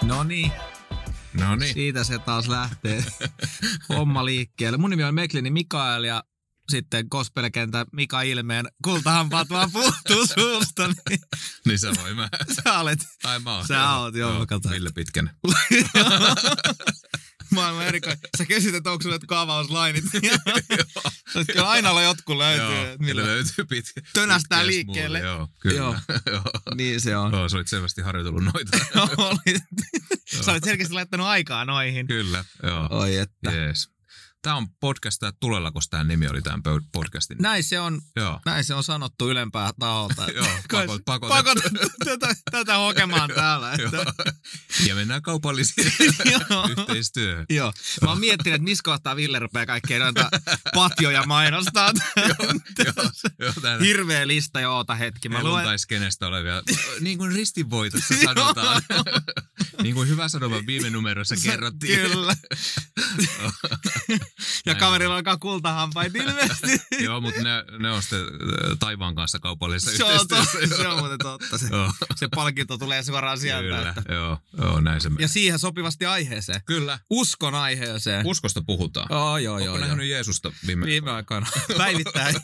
Noniin. Siitä se taas lähtee homma liikkeelle. Mun nimi on Meklini Mikael ja sitten gospelkentän Mika Ilmeen kultahampaat vaan puuttuu suusta. Niin sä voi mä. Sä olet. Ai mä oon. Sä oot, joo. Ville Pitkänen. Maailman erikoinen. Sä kysyt, että onko sulle jotkut avauslainit. Kyllä aina jotkut löytyy. Joo, löytyy pitkä. Tönästää liikkeelle. Joo, kyllä. Joo. Niin se on. Joo, sä olit selvästi harjoitellut noita. Sä olit selkeästi laittanut aikaa noihin. Kyllä, joo. Oi että. Jees. Tää on podcast tulella, koska tämä nimi oli tämän podcastin. Näin se on sanottu ylempää taholta. Joo, tätä hokemaan täällä. Ja mennään kaupallisiin yhteistyöhön. Joo. Mä oon miettinyt, että missä kohtaa Ville rupeaa kaikkea noita patjoja mainostaa. Hirveä lista jo, oota hetki. Helluntaiskenestä olevia, niin kuin ristinvoitossa sanotaan. Niin kuin Hyvä Sanoma viime numerossa kerrottiin. Kyllä. Ja kaverilla alkaa kultahampaita ilmeisesti. Joo, mutta ne on sitten taivaan kanssa kaupallisessa yhteistyössä. Se on muuten totta. Se palkinto tulee suoraan sieltä. Kyllä, että. Joo, näin se menee. Ja siihen sopivasti aiheeseen. Kyllä. Uskon aiheeseen. Uskosta puhutaan. Joo. Onko nähnyt Jeesusta viime aikoina? Päivittäin.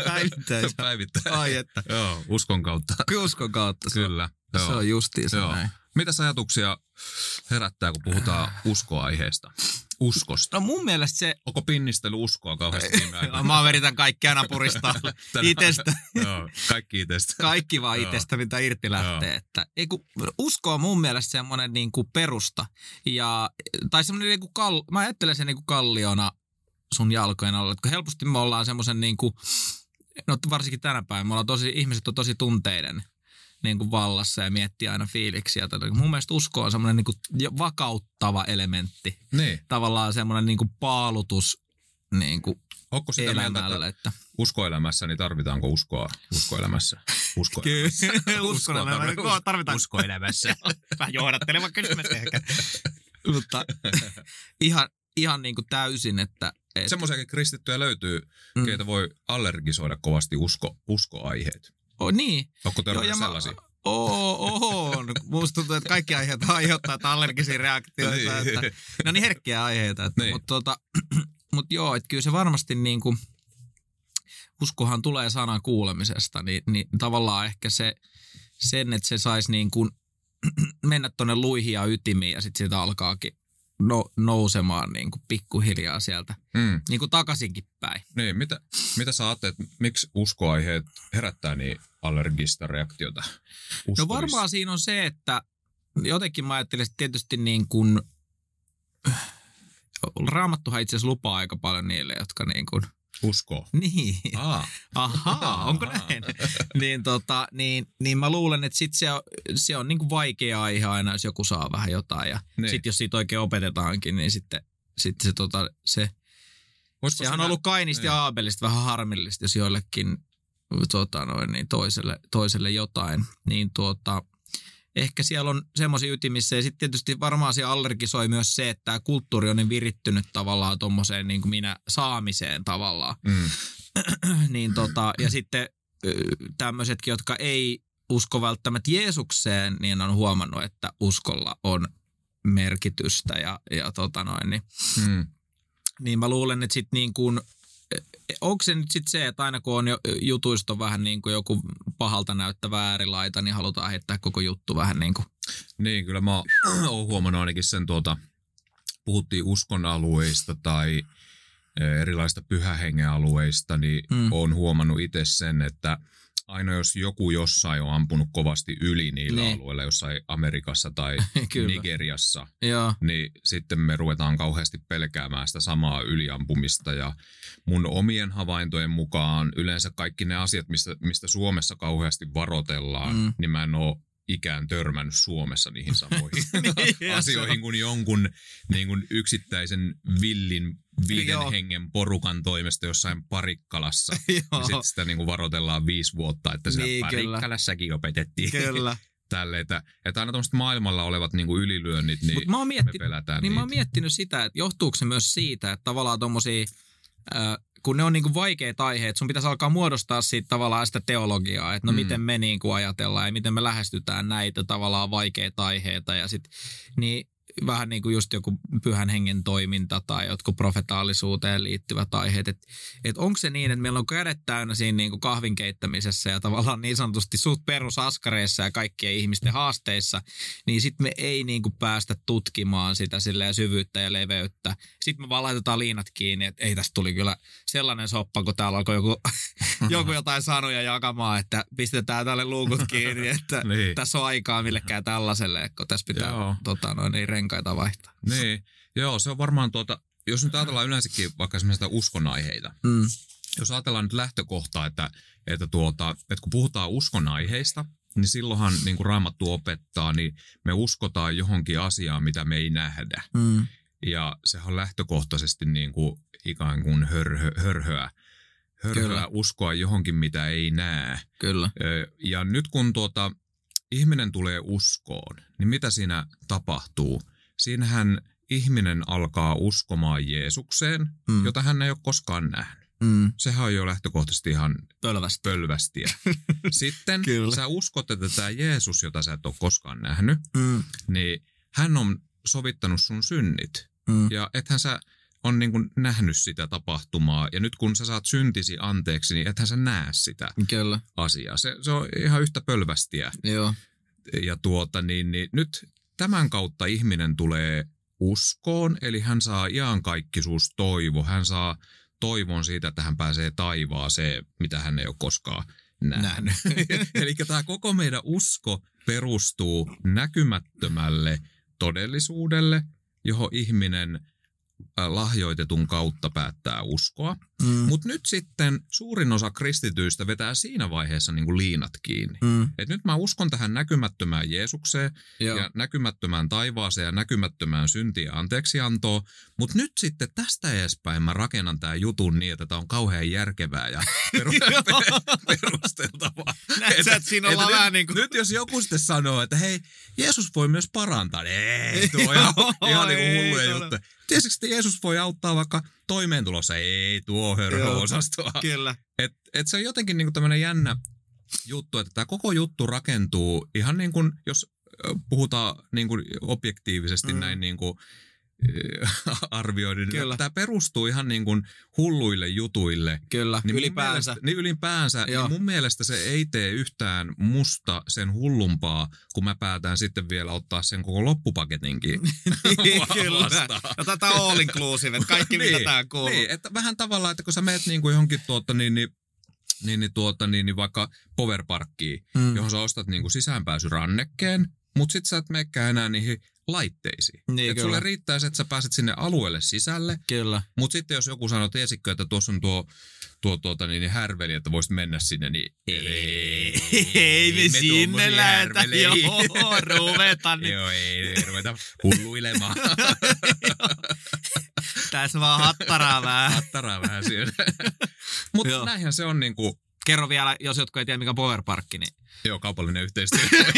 Ai että. Joo, uskon kautta. Uskon kautta. Kyllä. Se on justiinsa näin. Mitäs ajatuksia herättää, kun puhutaan uskoaiheesta? Uskosta. No mun mielestä se... Onko pinnistely uskoa kauheasti viime aikoina? Mä veritän kaikki aina puristaa itestä. Joo, kaikki itestä. Kaikki vaan itestä, mitä irti lähtee. Että, usko on mun mielestä semmoinen niinku perusta. Tai semmoinen niinku mä ajattelen sen niinku kalliona sun jalkojen alla. Kun helposti me ollaan semmoisen niinku... No varsinkin tänä päivänä. Ihmiset on tosi tunteiden niin kuin vallassa ja miettii aina fiiliksiä. Mun mielestä usko on semmoinen niin kuin vakauttava elementti. Niin. Tavallaan semmoinen niin kuin paalutus niin kuin onko sitä mieltä, että uskoelämässä, niin tarvitaanko uskoa uskoelämässä? Kyllä, uskoelämässä. Tarvitaan uskoelämässä. Vähän johdatteleva kysymys ehkä. Mutta ihan niin kuin täysin, että... Semmoisiakin kristittyjä löytyy, keitä voi allergisoida kovasti uskoaiheet. Niin. Onko törmännyt sellaisia? On. Musta tuntuu, että kaikki aiheet aiheuttaa allergisia reaktioita. No niin herkkiä aiheita. Niin. Mutta joo, että kyllä se varmasti niin kuin, uskohan tulee sanan kuulemisesta, niin tavallaan ehkä sen, että se saisi niin kuin mennä tuonne luihin ja ytimiin ja sitten siitä alkaakin nousemaan niin kuin pikkuhiljaa sieltä niin kuin takaisinkin päin. Niin, mitä sä ajattelet, miksi uskoaiheet herättää niin allergista reaktiota? No varmaan siinä on se, että jotenkin mä ajattelen, että tietysti niin kuin, Raamattuhan itse asiassa lupaa aika paljon niille, jotka niin kuin uskoo. Niin. Ahaa, onko näin? niin mä luulen, että sit se on niin kuin vaikea aihe aina, jos joku saa vähän jotain. Ja sitten jos siitä oikein opetetaankin, niin sitten sehän on ollut Kainista ja Aabelista vähän harmillista, jos joillekin niin toiselle jotain. Niin ehkä siellä on semmoisia ytimissä. Ja sitten tietysti varmaan se allergisoi myös se, että tämä kulttuuri on niin virittynyt tavallaan tommoseen niin kuin minä saamiseen tavallaan. Ja sitten tämmöisetkin, jotka ei usko välttämättä Jeesukseen, niin on huomannut, että uskolla on merkitystä niin mä luulen, että sitten niin kuin, onko se nyt sitten se, että aina kun on jutuista vähän niin kuin joku pahalta näyttävä äärilaita, niin halutaan heittää koko juttu vähän niin kuin. Niin, kyllä mä oon huomannut ainakin sen puhuttiin uskon alueista tai erilaista pyhähengen alueista, niin oon huomannut itse sen, että aina jos joku jossain on ampunut kovasti yli niillä alueilla, jossain Amerikassa tai Nigeriassa, niin sitten me ruvetaan kauheasti pelkäämään sitä samaa yliampumista. Ja mun omien havaintojen mukaan yleensä kaikki ne asiat, mistä Suomessa kauheasti varoitellaan, niin mä en ole ikään törmännyt Suomessa niihin samoihin asioihin kuin jonkun niin kuin yksittäisen villin 5 hengen porukan toimesta jossain Parikkalassa. Ja sitten sitä niin kuin varoitellaan 5 vuotta, että siellä Parikkalassakin opetettiin. Kyllä. Tälle, että aina tämmöiset maailmalla olevat niin kuin ylilyönnit, niin me pelätään niitä. Mä oon miettinyt sitä, että johtuuko se myös siitä, että tavallaan tommosia kun ne on niinku vaikeita aiheita, sun pitäisi alkaa muodostaa siitä tavallaan sitä teologiaa, että no miten me niinku ajatellaan ja miten me lähestytään näitä tavallaan vaikeita aiheita ja sit niin vähän niin kuin just joku pyhän hengen toiminta tai jotkut profetaalisuuteen liittyvät aiheet. Että onko se niin, että meillä on kädet täynnä siinä niin kuin kahvin keittämisessä ja tavallaan niin sanotusti suht perusaskareissa ja kaikkien ihmisten haasteissa, niin sitten me ei niin kuin päästä tutkimaan sitä silleen syvyyttä ja leveyttä. Sitten me vaan laitetaan liinat kiinni, että ei tästä tuli kyllä sellainen soppa, kun täällä alkoi joku jotain sanoja jakamaan, että pistetään tälle luukut kiinni, että niin. Tässä on aikaa millekään tällaiselle, kun tässä pitää renkaita vaihtaa. Niin, joo, se on varmaan jos nyt ajatellaan yleensäkin vaikka esimerkiksi uskon-aiheita. Jos ajatellaan nyt lähtökohtaa, että kun puhutaan uskon-aiheista, niin silloinhan niin kuin Raamattu opettaa, niin me uskotaan johonkin asiaan, mitä me ei nähdä. Ja sehän on lähtökohtaisesti niin kuin ikään kuin hörhöä uskoa johonkin, mitä ei näe. Kyllä. Ja nyt kun ihminen tulee uskoon, niin mitä siinä tapahtuu? Siinähän ihminen alkaa uskomaan Jeesukseen, jota hän ei ole koskaan nähnyt. Sehän on jo lähtökohtaisesti ihan pölvästiä. Sitten sä uskot, että tämä Jeesus, jota sä et ole koskaan nähnyt, niin hän on sovittanut sun synnit. Ja ethän sä on niin kuin nähnyt sitä tapahtumaa. Ja nyt kun sä saat syntisi anteeksi, niin ethän sä näe sitä asiaa. Se on ihan yhtä pölvästiä. Joo. Ja niin nyt tämän kautta ihminen tulee uskoon, eli hän saa iankaikkisuustoivo. Hän saa toivon siitä, että hän pääsee taivaaseen, mitä hän ei ole koskaan nähnyt. Eli tämä koko meidän usko perustuu näkymättömälle todellisuudelle, johon ihminen lahjoitetun kautta päättää uskoa. Mutta nyt sitten suurin osa kristityistä vetää siinä vaiheessa niin kuin liinat kiinni. Et nyt mä uskon tähän näkymättömään Jeesukseen ja näkymättömään taivaaseen ja näkymättömään syntiä anteeksiantoon. Mutta nyt sitten tästä edespäin mä rakennan tämän jutun niin, että tämä on kauhean järkevää ja perusteltavaa. Näet, siinä ollaan vähän niin kuin... Nyt jos joku sitten sanoo, että hei, Jeesus voi myös parantaa. Ei, tuo on ihan niin kuin hulluja juttuja. Tiesitkö, että Jeesus voi auttaa vaikka toimeentulossa? Ei, tuo hörhöosastoa. Kyllä. Et se on jotenkin niinku tämmöinen jännä juttu, että tämä koko juttu rakentuu ihan niin kuin, jos puhutaan niin kuin objektiivisesti näin niin kuin arvioiden. Tämä perustuu ihan niin kuin hulluille jutuille. Kyllä, niin ylipäänsä. Ylipäänsä. Ja mun mielestä se ei tee yhtään musta sen hullumpaa, kun mä päätän sitten vielä ottaa sen koko loppupaketinkin Kyllä. Ja tätä all inclusive, että kaikki mitä tää kuuluu. Niin, että vähän tavallaan, että kun sä meet niin kuin johonkin vaikka Powerparkkiin, johon sä ostat niin kuin sisäänpääsyrannekkeen, mutta sit sä et meekään enää niihin laitteisiin. Niin, että sulle riittää se, että sä pääset sinne alueelle sisälle. Kyllä. Mutta sitten jos joku sanoo, tiesitkö, että tuossa on tuo härveli, että voisit mennä sinne, niin ei me sinne lähdetä. Joo, ruveta nyt. Joo, ei ruveta hulluilemaan. Tässä vaan hattaraa vähän. Hattaraa vähän syödä. Mutta näinhän se on niinku... Kerro vielä, jos jotkut ei tiedä, mikä on Powerparkki, niin... Joo, kaupallinen yhteistyö.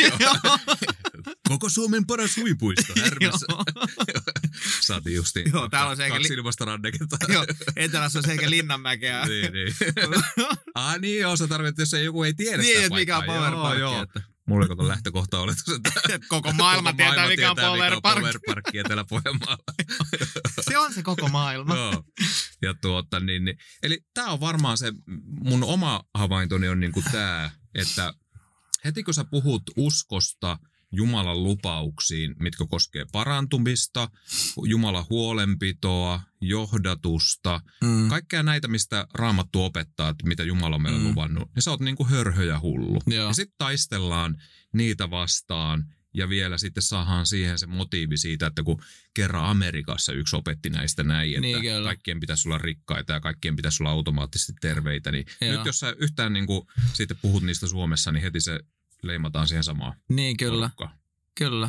Koko Suomen paras huvipuisto Härmässä. Saatiin justiin kaksi ilmasta ranneketta. Joo, etelässä on sekä Linnanmäkeä. niin. Niin joo, sä tarvitset, jos joku ei tiedä sitä paikkaa. Mikä on Powerparkki. Joo. Mulla on lähtökohta oletus, että koko maailma tietää, mikä on Powerparkki Etelä-Pohjanmaalla. Se on se koko maailma. Joo. Ja eli tää on varmaan se, mun oma havaintoni on niinku tää, että heti kun sä puhut uskosta Jumalan lupauksiin, mitkä koskee parantumista, Jumalan huolenpitoa, johdatusta, kaikkea näitä, mistä Raamattu opettaa, että mitä Jumala on meille luvannut, niin sä oot niinku hörhö ja hullu. Joo. Ja sitten taistellaan niitä vastaan ja vielä sitten saadaan siihen se motiivi siitä, että kun kerran Amerikassa yksi opetti näistä näin, että niin, kaikkien pitäisi olla rikkaita ja kaikkien pitäisi olla automaattisesti terveitä, niin nyt jos sä yhtään niinku sitten puhut niistä Suomessa, niin heti se leimataan siihen samaan. Niin, kyllä. Porukkaan. Kyllä.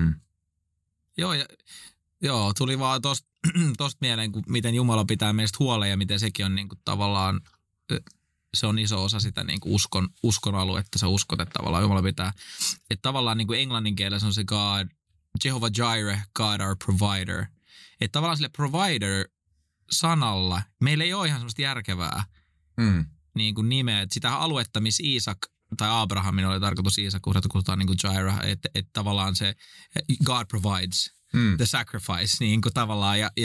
Joo, tuli vaan tosta mieleen, miten Jumala pitää meistä huolen ja miten sekin on niinku tavallaan, se on iso osa sitä niinku uskon aluetta, sä uskot, että tavallaan Jumala pitää. Että tavallaan niinku englannin kielessä on se God, Jehovah Jireh, God our provider. Että tavallaan sille provider sanalla, meillä ei ole ihan semmoista järkevää niin kuin nimeä. Että sitä aluetta, missä Iisak tai Abrahamin oli tarkoitus Iisak, kutsutaan niin kuin Jireh, että tavallaan se God provides the sacrifice, niin kuin tavallaan, ja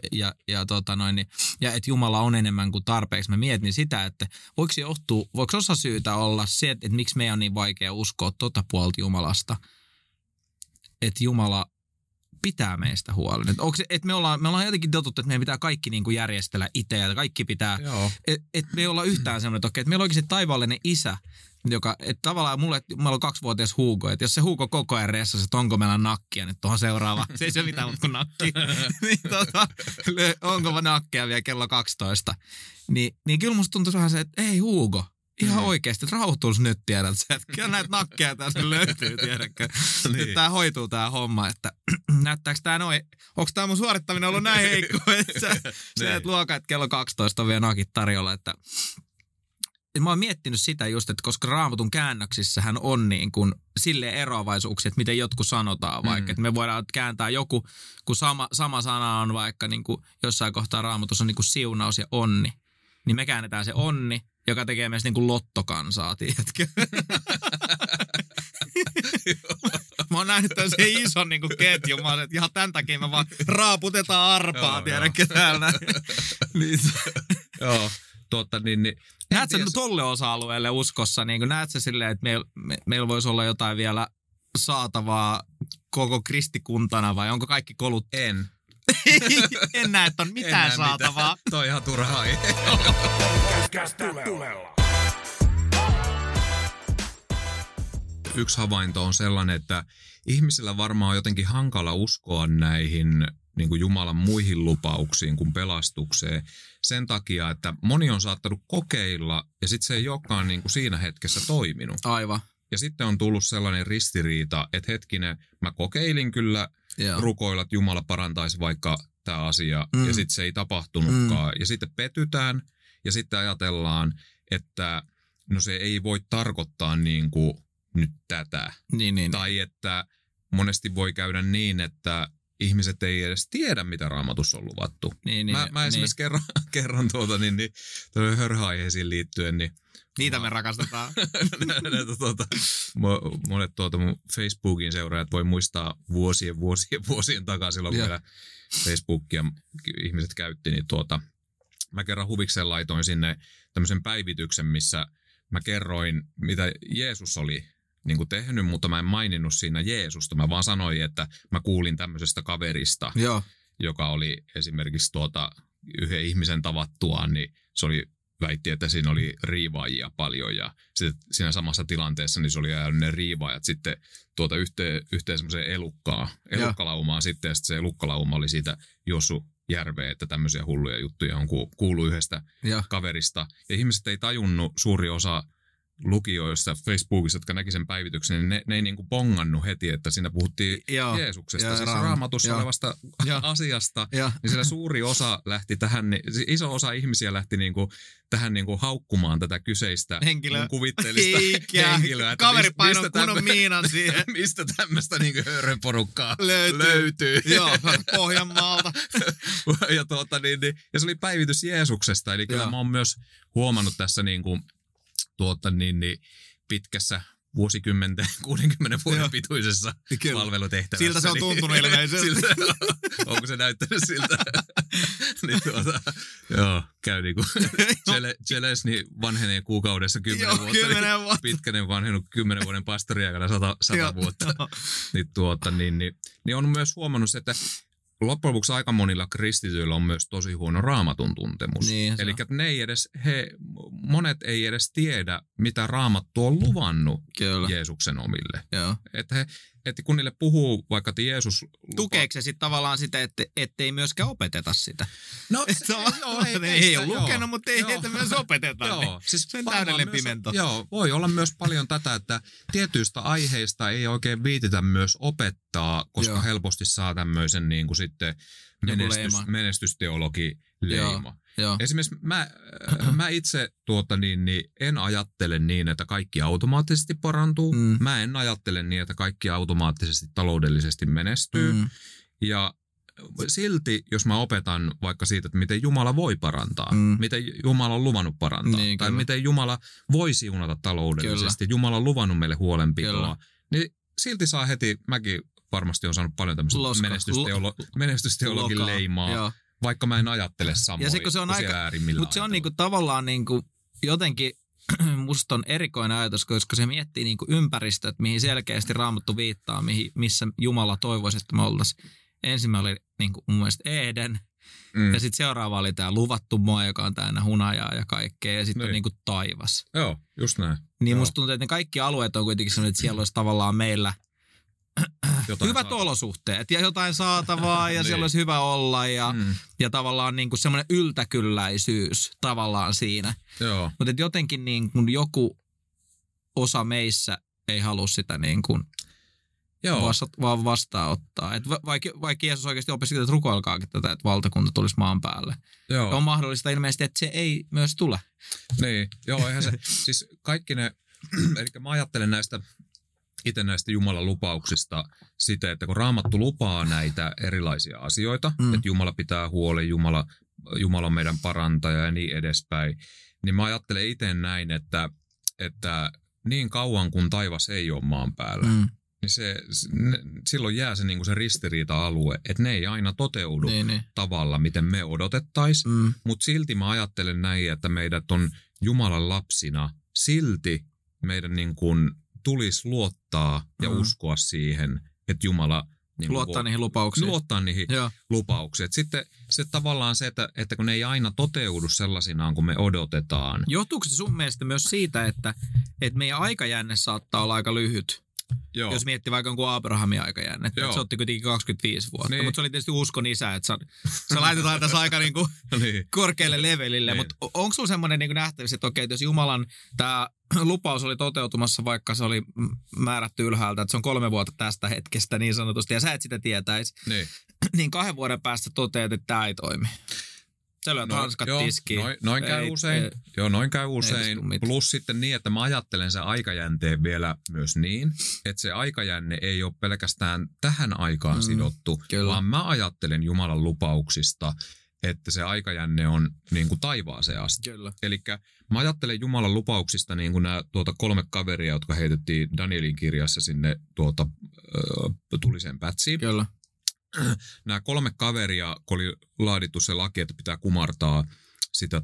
että Jumala on enemmän kuin tarpeeksi. Mä mietin sitä, että voiko osa syytä olla se, että miksi meidän on niin vaikea uskoa tota puolta Jumalasta, että Jumala pitää meistä huolen. Että me ollaan jotenkin totuttu, että meidän pitää kaikki niin kuin järjestellä itse ja kaikki pitää, että me ei olla yhtään semmoinen, että meillä on oikeasti taivaallinen isä, joka, että tavallaan mulla on 2-vuotias Hugo, että jos se Hugo koko ajan reissasi, että onko meillä nakkia nyt tuohon seuraavaan, se ei se mitään muuta kuin nakki, niin onko nakkia vielä kello 12, niin kyllä musta tuntuu vähän se, että ei Hugo, ihan oikeasti, että rauhoittuisi nyt, tiedät sä, että kyllä näitä nakkeja tässä löytyy, tiedätkö, niin. Että tää hoituu tää homma, että näyttääkö tää noin, onko tää mun suorittaminen ollut näin heikko, että se että luoka, että kello 12 on vielä nakit tarjolla, että mä oon miettinyt sitä just, että koska Raamatun käännöksissähän on niin kuin silleen eroavaisuuksia, että miten jotkut sanotaan vaikka. Että me voidaan kääntää joku, kun sama sana on vaikka niin kuin jossain kohtaa Raamatussa on niin kuin siunaus ja onni. Niin me käännetään se onni, joka tekee meistä niin kuin lottokansaa, tiedätkö? Mä oon nähnyt tämmöisen ison niin kuin ketjun. Mä oon, että ihan tämän takia me vaan raaputetaan arpaa, tiedätkö täällä. Joo. Näet sä tolle osa-alueelle uskossa? Niin näet sä silleen, että meillä voisi olla jotain vielä saatavaa koko kristikuntana vai onko kaikki kolut? En näe, että on mitään saatavaa. Mitään. Toi on ihan turha aihe. Yksi havainto on sellainen, että ihmisillä varmaan on jotenkin hankala uskoa näihin niin kuin Jumalan muihin lupauksiin kuin pelastukseen sen takia, että moni on saattanut kokeilla ja sitten se ei olekaan niin kuin siinä hetkessä toiminut. Aivan. Ja sitten on tullut sellainen ristiriita, että hetkinen, mä kokeilin kyllä rukoilla, että Jumala parantaisi vaikka tämä asia ja sitten se ei tapahtunutkaan. Ja sitten petytään ja sitten ajatellaan, että no se ei voi tarkoittaa niin kuin nyt tätä. Niin. Tai että monesti voi käydä niin, että ihmiset ei edes tiedä, mitä Raamatussa on luvattu. Mä esimerkiksi kerron hörhä-aiheisiin liittyen. Niin niitä me rakastetaan. Monet mun Facebookin seuraajat voi muistaa vuosien takaa silloin, kun vielä Facebookia ihmiset käytti. Niin mä kerran huvikseen laitoin sinne tämmöisen päivityksen, missä mä kerroin, mitä Jeesus oli niin kuin tehnyt, mutta mä en maininnut siinä Jeesusta. Mä vaan sanoin, että mä kuulin tämmöisestä kaverista, joka oli esimerkiksi yhden ihmisen tavattuaan, niin väitti, että siinä oli riivaajia paljon ja sitten siinä samassa tilanteessa niin se oli jäänyt ne riivaajat sitten yhteen semmoiseen elukkalaumaan sitten ja sitten se elukkalauma oli siitä juossut järveen, että tämmöisiä hulluja juttuja on kuullut yhdestä kaverista. Ja ihmiset ei tajunnut, suuri osa lukijoista Facebookissa, jotka näki sen päivityksen, niin ne ei niin kuin bongannut heti, että siinä puhuttiin Jeesuksesta, siis Raamatussa olevasta asiasta. Niin siellä suuri osa lähti tähän, iso osa ihmisiä lähti niin kuin tähän niin kuin haukkumaan tätä kyseistä kuvitteellista henkilöä. Kaveri painoi kunnon miinan siihen. Mistä tämmöistä niin kuin hörhöporukkaa löytyy. Joo, Pohjanmaalta. Ja se oli päivitys Jeesuksesta, eli kyllä mä oon myös huomannut tässä niin kuin pitkässä vuosikymmenten, 60 vuoden pituisessa palvelutehtävässä. Siltä se on tuntunut ilmeisesti. Onko se näyttänyt siltä? Käy niin kuin Jelesni vanhenee kuukaudessa 10 vuotta. 10 vuotta. Pitkänen vanhennut 10 vuoden pastoriaikana 100 vuotta. Niin on myös huomannut se, että loppujen lopuksi aika monilla kristityillä on myös tosi huono Raamatun tuntemus. Niin, eli monet ei edes tiedä, mitä Raamattu on luvannut Jeesuksen omille. Että kun niille puhuu vaikka, että Jeesus... Tukeeko se sitten tavallaan sitä, ettei myöskään opeteta sitä? No, ei ole lukenut, mutta ei heitä myös opeteta. Joo, siis se on täydellinen pimento. Joo, voi olla myös paljon tätä, että tietyistä aiheista ei oikein viititä myös opettaa, koska helposti saa tämmöisen niin kuin sitten menestysteologi-leima. Esimerkiksi mä itse en ajattele niin, että kaikki automaattisesti parantuu. Mä en ajattele niin, että kaikki automaattisesti taloudellisesti menestyy. Ja silti, jos mä opetan vaikka siitä, että miten Jumala voi parantaa, miten Jumala on luvannut parantaa, niin, tai miten Jumala voi siunata taloudellisesti, kyllä. Jumala on luvannut meille huolenpitoa, niin silti saa heti, mäkin varmasti on saanut paljon tämmöistä menestysteologin leimaa, joo. Vaikka mä en ajattele samoin, ja se on aika, mutta se on niinku tavallaan niinku jotenkin, musta on erikoinen ajatus, koska se miettii niinku ympäristöt, mihin selkeästi Raamattu viittaa, missä Jumala toivoisi, että me oltaisiin. Ensimmäinen oli niinku mun mielestä Eden, ja sitten seuraava oli tämä luvattu maa, joka on täynnä hunajaa ja kaikkea, ja sitten on niinku taivas. Joo, just näin. Niin joo. Musta tuntuu, että ne kaikki alueet on kuitenkin sellainen, että siellä olisi tavallaan meillä hyvät olosuhteet ja jotain saatavaa ja niin. Siellä olisi hyvä olla ja tavallaan niinku semmoinen yltäkylläisyys tavallaan siinä. Mutta jotenkin niinku joku osa meissä ei halua sitä niinku vaan vastaanottaa. Vaikka Jeesus oikeasti opesi sitä, että rukoilkaakin tätä, että valtakunta tulisi maan päälle. Joo. On mahdollista ilmeisesti, että se ei myös tule. Niin, joo, eihän se. Siis kaikki ne, eli mä ajattelen itse näistä Jumalan lupauksista siten, että kun Raamattu lupaa näitä erilaisia asioita, että Jumala pitää huolen, Jumala on meidän parantaja ja niin edespäin, niin mä ajattelen itse näin, että niin kauan kun taivas ei ole maan päällä, niin silloin jää se, niin kuin se ristiriita-alue, että ne ei aina toteudu tavalla, miten me odotettaisiin, mutta silti mä ajattelen näin, että meidät on Jumalan lapsina, silti meidän niin kuin tulisi luottaa ja uskoa siihen, että Jumala niin luottaa niihin lupauksiin. Luottaa niihin lupauksiin. Sitten se tavallaan se, että kun ne ei aina toteudu sellaisinaan, kun me odotetaan. Johtuuko se sun mielestä myös siitä, että meidän aikajänne saattaa olla aika lyhyt? Joo. Jos miettii vaikka jonkun Abrahamin aikajänne, että se otti kuitenkin 25 vuotta, niin. Mutta se oli tietysti uskon isä, että sä laitetaan tässä aika niinku niin. Korkealle levelille, niin. Mutta onko sulla semmoinen niinku nähtävissä, että okei, jos Jumalan tämä lupaus oli toteutumassa, vaikka se oli määrätty ylhäältä, että se on 3 vuotta tästä hetkestä niin sanotusti, ja sä et sitä tietäisi, niin 2 vuoden päästä toteat, että tämä ei toimi. Se lyöt hanskat tiskiin. Noin käy usein. Noin käy usein. Plus sitten niin, että mä ajattelen sen aikajänteen vielä myös niin, että se aikajänne ei ole pelkästään tähän aikaan sidottu, vaan mä ajattelen Jumalan lupauksista, että se aikajänne on niin kuin taivaaseen asti. Eli mä ajattelen Jumalan lupauksista niin kuin nämä 3 kaveria, jotka heitettiin Danielin kirjassa sinne tuliseen pätsiin. Kyllä. Nämä 3 kaveria, kun oli laadittu se laki, että pitää kumartaa sitä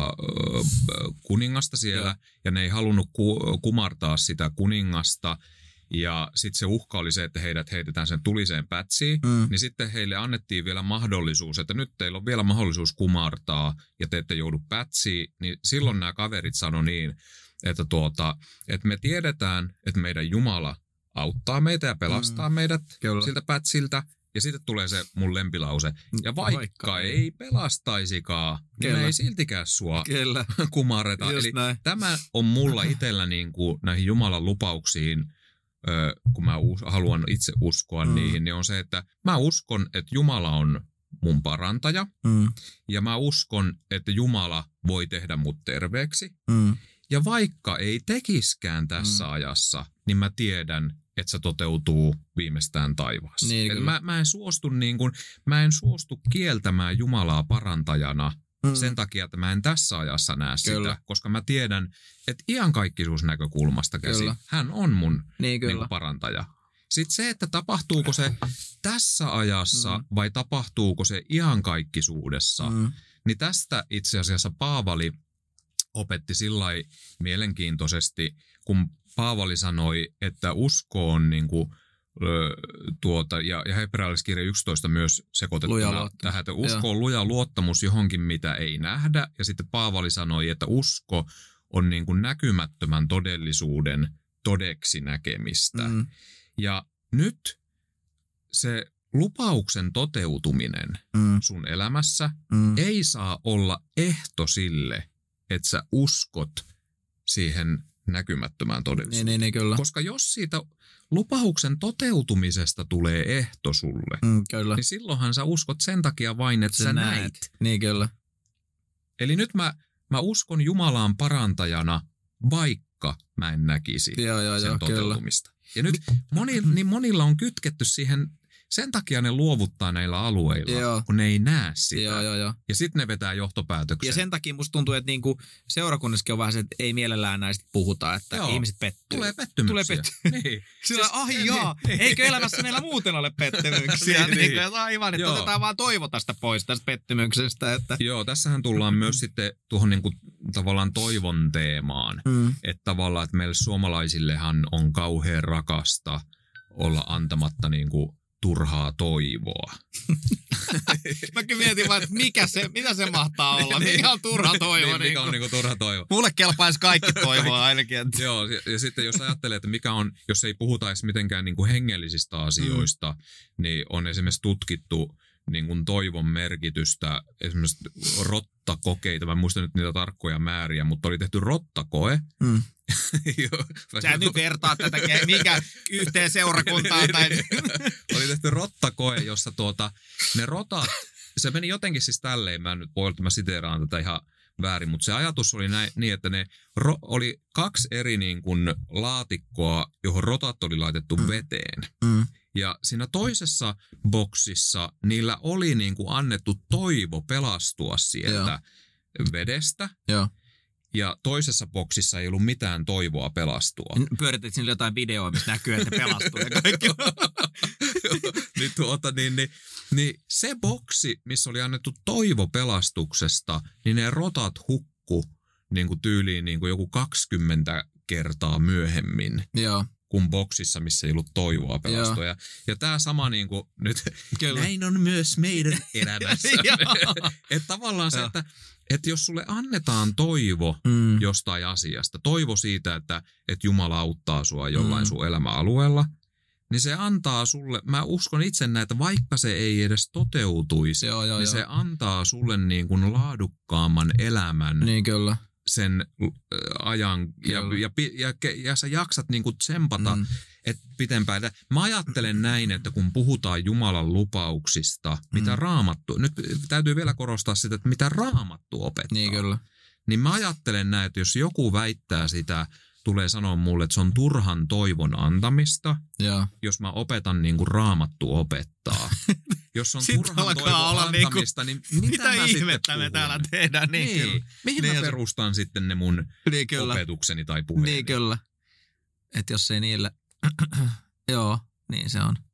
kuningasta siellä, ja ne ei halunnut kumartaa sitä kuningasta, ja sitten se uhka oli se, että heidät heitetään sen tuliseen pätsiin, niin sitten heille annettiin vielä mahdollisuus, että nyt teillä on vielä mahdollisuus kumartaa, ja te ette joudu pätsiin, niin silloin nämä kaverit sanoi niin, että me tiedetään, että meidän Jumala auttaa meitä ja pelastaa meidät siltä pätsiltä. Ja sitten tulee se mun lempilause. Ja vaikka ei pelastaisikaan, niin me ei siltikään sua kumarreta. Eli tämä on mulla itsellä niin kuin näihin Jumalan lupauksiin, kun mä haluan itse uskoa niihin, niin on se, että mä uskon, että Jumala on mun parantaja. Ja mä uskon, että Jumala voi tehdä mut terveeksi. Ja vaikka ei tekiskään tässä ajassa, niin mä tiedän, että se toteutuu viimeistään taivaassa. Niin, eli mä en suostu kieltämään Jumalaa parantajana sen takia, että mä en tässä ajassa näe sitä, koska mä tiedän, että iankaikkisuusnäkökulmasta käsin hän on mun niin parantaja. Sitten se, että tapahtuuko se tässä ajassa vai tapahtuuko se iankaikkisuudessa, niin tästä itse asiassa Paavali opetti sillai mielenkiintoisesti, kun Paavali sanoi, että usko on niin kuin, ja hebrealaiskirja 11 myös sekoitettuna tähän, että usko on luja luottamus johonkin, mitä ei nähdä. Ja sitten Paavali sanoi, että usko on niin kuin näkymättömän todellisuuden todeksi näkemistä. Ja nyt se lupauksen toteutuminen sun elämässä ei saa olla ehto sille, että sä uskot siihen näkymättömään todellisuuteen. Niin, kyllä. Koska jos siitä lupauksen toteutumisesta tulee ehto sulle, niin silloinhan sä uskot sen takia vain, että sä näet. Niin kyllä. Eli nyt mä uskon Jumalaan parantajana, vaikka mä en näkisi sen toteutumista. Kyllä. Ja nyt monilla on kytketty siihen sen takia ne luovuttaa näillä alueilla, kun ne ei näe sitä. Joo. Ja sitten ne vetää johtopäätöksen. Ja sen takia musta tuntuu, että niinku seurakunnassakin on vähän se, että ei mielellään näistä puhuta, että ihmiset pettyy. Tulee pettymyksiä. Niin. Sillä eikö elämässä meillä muuten ole pettymyksiä? niin. Aivan, että otetaan vaan toivo tästä pois tästä pettymyksestä. Että. Joo, tässähän tullaan myös sitten tuohon niinku tavallaan toivon teemaan. Että tavallaan, että meille suomalaisillehan on kauhean rakasta olla antamatta niinku turhaa toivoa. Mä kyllä mietin vaan, että mitä se mahtaa olla. Mikä on turha toivo? Mikä on niinku turha toivo? Mulle kelpaisi kaikki toivoa ainakin. Joo, ja sitten jos ajattelee, että mikä on, jos ei puhuta edes mitenkään niinku hengellisistä asioista, niin on esimerkiksi tutkittu niin kuin toivon merkitystä, esimerkiksi rottakokeita, mä en muista nyt niitä tarkkoja määriä, mutta oli tehty rottakoe. Sä nyt vertaat tätä mikä yhteen seurakuntaan. Oli tehty rottakoe, jossa ne rotat, se meni jotenkin siis tälleen, mä siteeraan tätä ihan väärin, mutta se ajatus oli niin, että ne oli 2 eri niin kuin laatikkoa, johon rotat oli laitettu veteen. Ja siinä toisessa boksissa niillä oli niin kuin annettu toivo pelastua sieltä vedestä. Joo. Ja toisessa boksissa ei ollut mitään toivoa pelastua. Pyöritit sinne jotain videoa, missä näkyy, että pelastuu ja kaikki. niin se boksi, missä oli annettu toivo pelastuksesta, niin ne rotat hukku niin kuin tyyliin niin kuin joku 20 kertaa myöhemmin. Joo. Kuin boksissa, missä ei ollut toivoa pelastua. Ja tämä sama niin kuin nyt, näin on myös meidän elämässä. Että tavallaan se, että jos sulle annetaan toivo jostain asiasta, toivo siitä, että Jumala auttaa sua jollain sun elämäalueella, niin se antaa sulle, mä uskon itse näitä, vaikka se ei edes toteutuisi, niin se antaa sulle niin kuin laadukkaamman elämän. Niin kyllä. Sen ajan ja sä jaksat niinku tsempata pitempään. Mä ajattelen näin, että kun puhutaan Jumalan lupauksista, mitä Raamattu, nyt täytyy vielä korostaa sitä, että mitä Raamattu opettaa. Niin kyllä. Niin mä ajattelen näin, että jos joku väittää sitä, tulee sanoa mulle, että se on turhan toivon antamista, jos mä opetan niin kuin Raamattu opettaa. Jos on turhan toivon antamista, niin mitä ihmettä me täällä tehdään? Niin. Mihin mä perustan sitten ne mun opetukseni tai puheeni? Niin kyllä. Että jos ei niille, niin se on.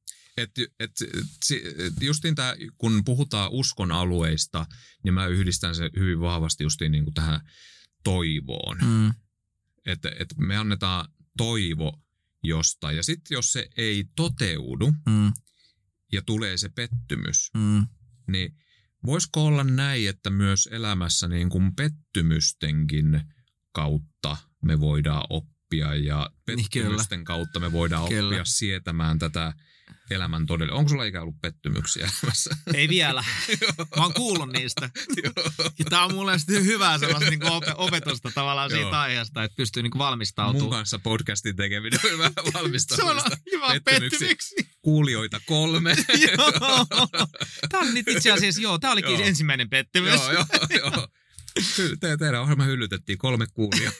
Justiin tämä, kun puhutaan uskon alueista, niin mä yhdistän se hyvin vahvasti justiin niin kuin tähän toivoon. Että me annetaan toivo jostain. Ja sitten jos se ei toteudu ja tulee se pettymys, niin voisiko olla näin, että myös elämässä niin kuin pettymystenkin kautta me voidaan oppia ja pettymysten kautta me voidaan oppia sietämään tätä elämän todella. Onko sulla ikään ollut pettymyksiä elämässä? Ei vielä. Mä oon kuullut niistä. Ja tää on mulle hyvää sellaista niin opetusta tavallaan siitä aiheesta, että pystyy niin valmistautumaan. Mun kanssa podcastin tekeminen on hyvä valmistautumista. Se on hyvä pettymyksiä. Kuulijoita 3. Tää on nyt itse asiassa, tää olikin ensimmäinen pettymys. Joo. Teidän ohjelma hyllytettiin 3 kuulijaa.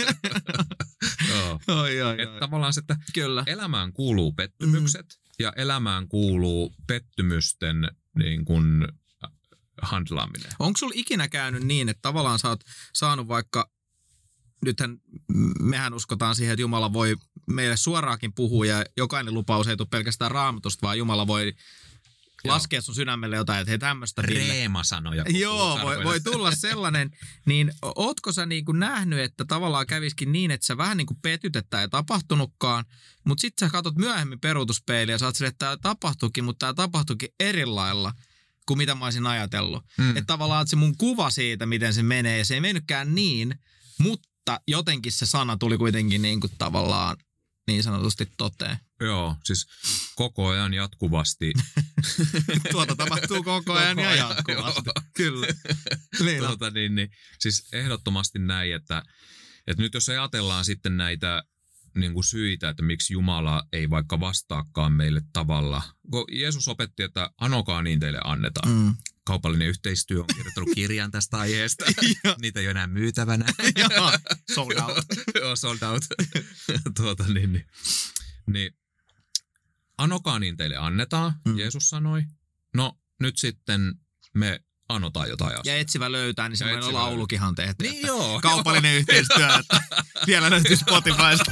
Että tavallaan se, että elämään kuuluu pettymykset ja elämään kuuluu pettymysten niin kuin handlaaminen. Onko sulla ikinä käynyt niin, että tavallaan sä oot saanut vaikka, nythän mehän uskotaan siihen, että Jumala voi meille suoraakin puhua ja jokainen lupaus ei tule pelkästään Raamatusta, vaan Jumala voi laskea sun sydämelle jotain, että hei tämmöistä. Reemasanoja. Joo, voi tulla sellainen. Niin ootko sä niinku nähnyt, että tavallaan käviskin niin, että sä vähän niinku petyt, että ei tapahtunutkaan, mutta sit sä katsot myöhemmin peruutuspeiliä ja sä oot silleen, että tää tapahtuikin, mutta tää tapahtuikin eri lailla kuin mitä mä olisin ajatellut. Että tavallaan että se mun kuva siitä, miten se menee, ja se ei mennytkään niin, mutta jotenkin se sana tuli kuitenkin niinku tavallaan niin sanotusti toteen. Joo, siis koko ajan jatkuvasti. Tuota tapahtuu koko ajan ja jatkuvasti. Kyllä. Siis ehdottomasti näin, että nyt jos ajatellaan sitten näitä niin kuin syitä, että miksi Jumala ei vaikka vastaakaan meille tavalla. Kun Jeesus opetti, että anokaa niin teille annetaan. Kaupallinen yhteistyö on kirjoittanut kirjan tästä aiheesta. Niitä ei ole enää myytävänä. Sold out. Joo, sold out. Niin anokaa niin teille annetaan, Jeesus sanoi. No nyt sitten me anotaan jotain asiaa. Ja etsivä löytää, niin semmoinen laulukihan tehty. Niin joo. Kaupallinen yhteistyö, että vielä löytyy Spotifysta.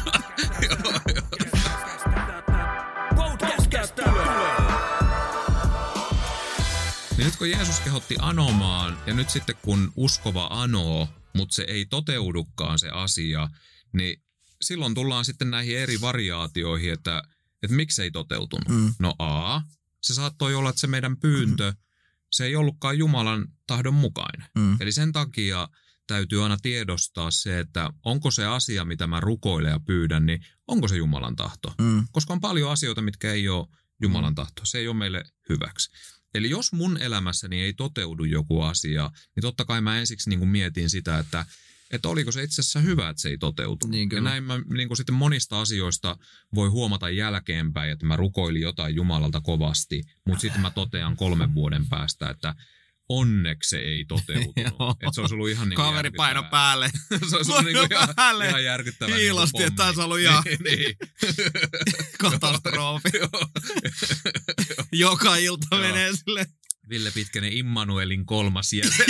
Niin nyt kun Jeesus kehotti anomaan, ja nyt sitten kun uskova anoo, mutta se ei toteudukaan se asia, niin silloin tullaan sitten näihin eri variaatioihin, että miksi ei toteutunut. No se saattoi olla, että se meidän pyyntö, se ei ollutkaan Jumalan tahdon mukainen. Eli sen takia täytyy aina tiedostaa se, että onko se asia, mitä mä rukoilen ja pyydän, niin onko se Jumalan tahto. Koska on paljon asioita, mitkä ei ole Jumalan tahto. Se ei ole meille hyväksi. Eli jos mun elämässäni ei toteudu joku asia, niin totta kai mä ensiksi niin kuin mietin sitä, että oliko se itse asiassa hyvä, että se ei toteutunut. Niin ja näin mä niin kuin sitten monista asioista voi huomata jälkeenpäin, että mä rukoilin jotain Jumalalta kovasti, mutta sitten mä totean 3 vuoden päästä, että onneksi se ei toteutunut. Että se olisi ollut ihan niin kuin kaveri paino päälle. Se olisi ollut niin kuin ihan järkyttävä. Hiilosti, niin että taisi ollut ihan niin. katastrofi. Joka ilta menee sille. Ville Pitkänen Immanuelin 3. jäsen.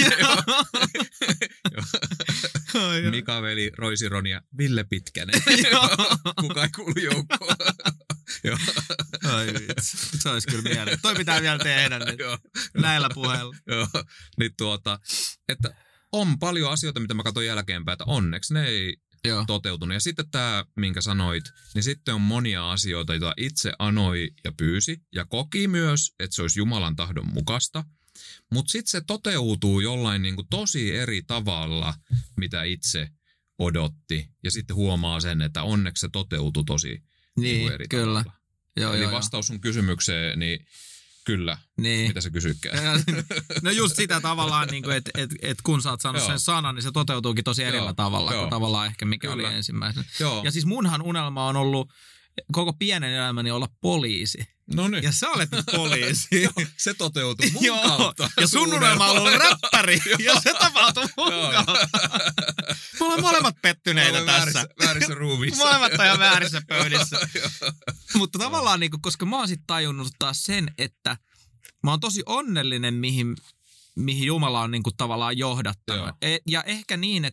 Mika veli Roisiron ja Ville Pitkänen. Kuka ei kuulu joukkoon. Ai vitsi. Se olisi kyllä mieleen. Toi pitää vielä tehdä nyt. Näillä puheilla. Niin että on paljon asioita, mitä mä katson jälkeenpäin, että onneksi ne ei toteutunut. Ja sitten tämä, minkä sanoit, niin sitten on monia asioita, joita itse anoi ja pyysi ja koki myös, että se olisi Jumalan tahdon mukaista. Mutta sitten se toteutuu jollain niin kuin tosi eri tavalla, mitä itse odotti. Ja sitten huomaa sen, että onneksi se toteutui tosi eri kyllä. tavalla. Eli vastaus sun kysymykseen, niin kyllä. Niin. Mitä sä kysytkään? No just sitä tavallaan, niin että kun sä oot saanut sen sanan, niin se toteutuukin tosi erillä tavalla, kuin tavallaan ehkä mikä kyllä oli ensimmäisenä. Ja siis munhan unelma on ollut koko pienen elämäni olla poliisi. Noniin. Ja sä olet nyt poliisi. Se toteutui mun kautta. Ja sun unelma on ollut räppäri. Ja se tapahtui mun kautta. Me ollaan molemmat pettyneitä tässä. Väärissä ruumissa. Molemmat on ihan väärissä pöydissä. Mutta tavallaan, niin kuin, koska mä oon sit tajunnut taas sen, että mä oon tosi onnellinen, mihin Jumala on niin kuin tavallaan johdattanut. Ja ehkä niin,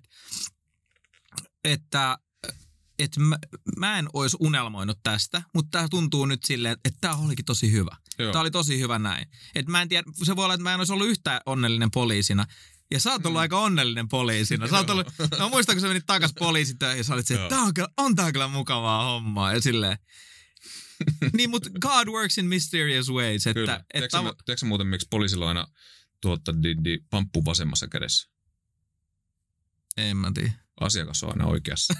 että mä en olisi unelmoinut tästä, mutta tää tuntuu nyt silleen, että tää olikin tosi hyvä. Tää oli tosi hyvä näin. Että mä en tiedä, se voi olla, että mä en olisi ollut yhtään onnellinen poliisina. Ja sä oot ollut aika onnellinen poliisina. Sä oot ollut, mä muistan, kun sä menit takas poliisitöihin ja sä olit se, että tää on kyllä mukavaa hommaa. Ja silleen. Niin, mutta God works in mysterious ways. Kyllä. Tiedätkö muuten, miksi poliisilla on aina pamppu vasemmassa kädessä? En mä tiedä. Asiakas on aina oikeassa.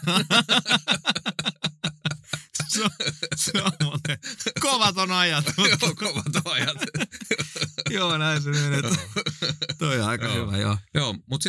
Se on muuten. Kovat on ajat. Joo, kovat on ajat. Joo, näin se menee. Toi on aika hyvä, joo. Joo, mutta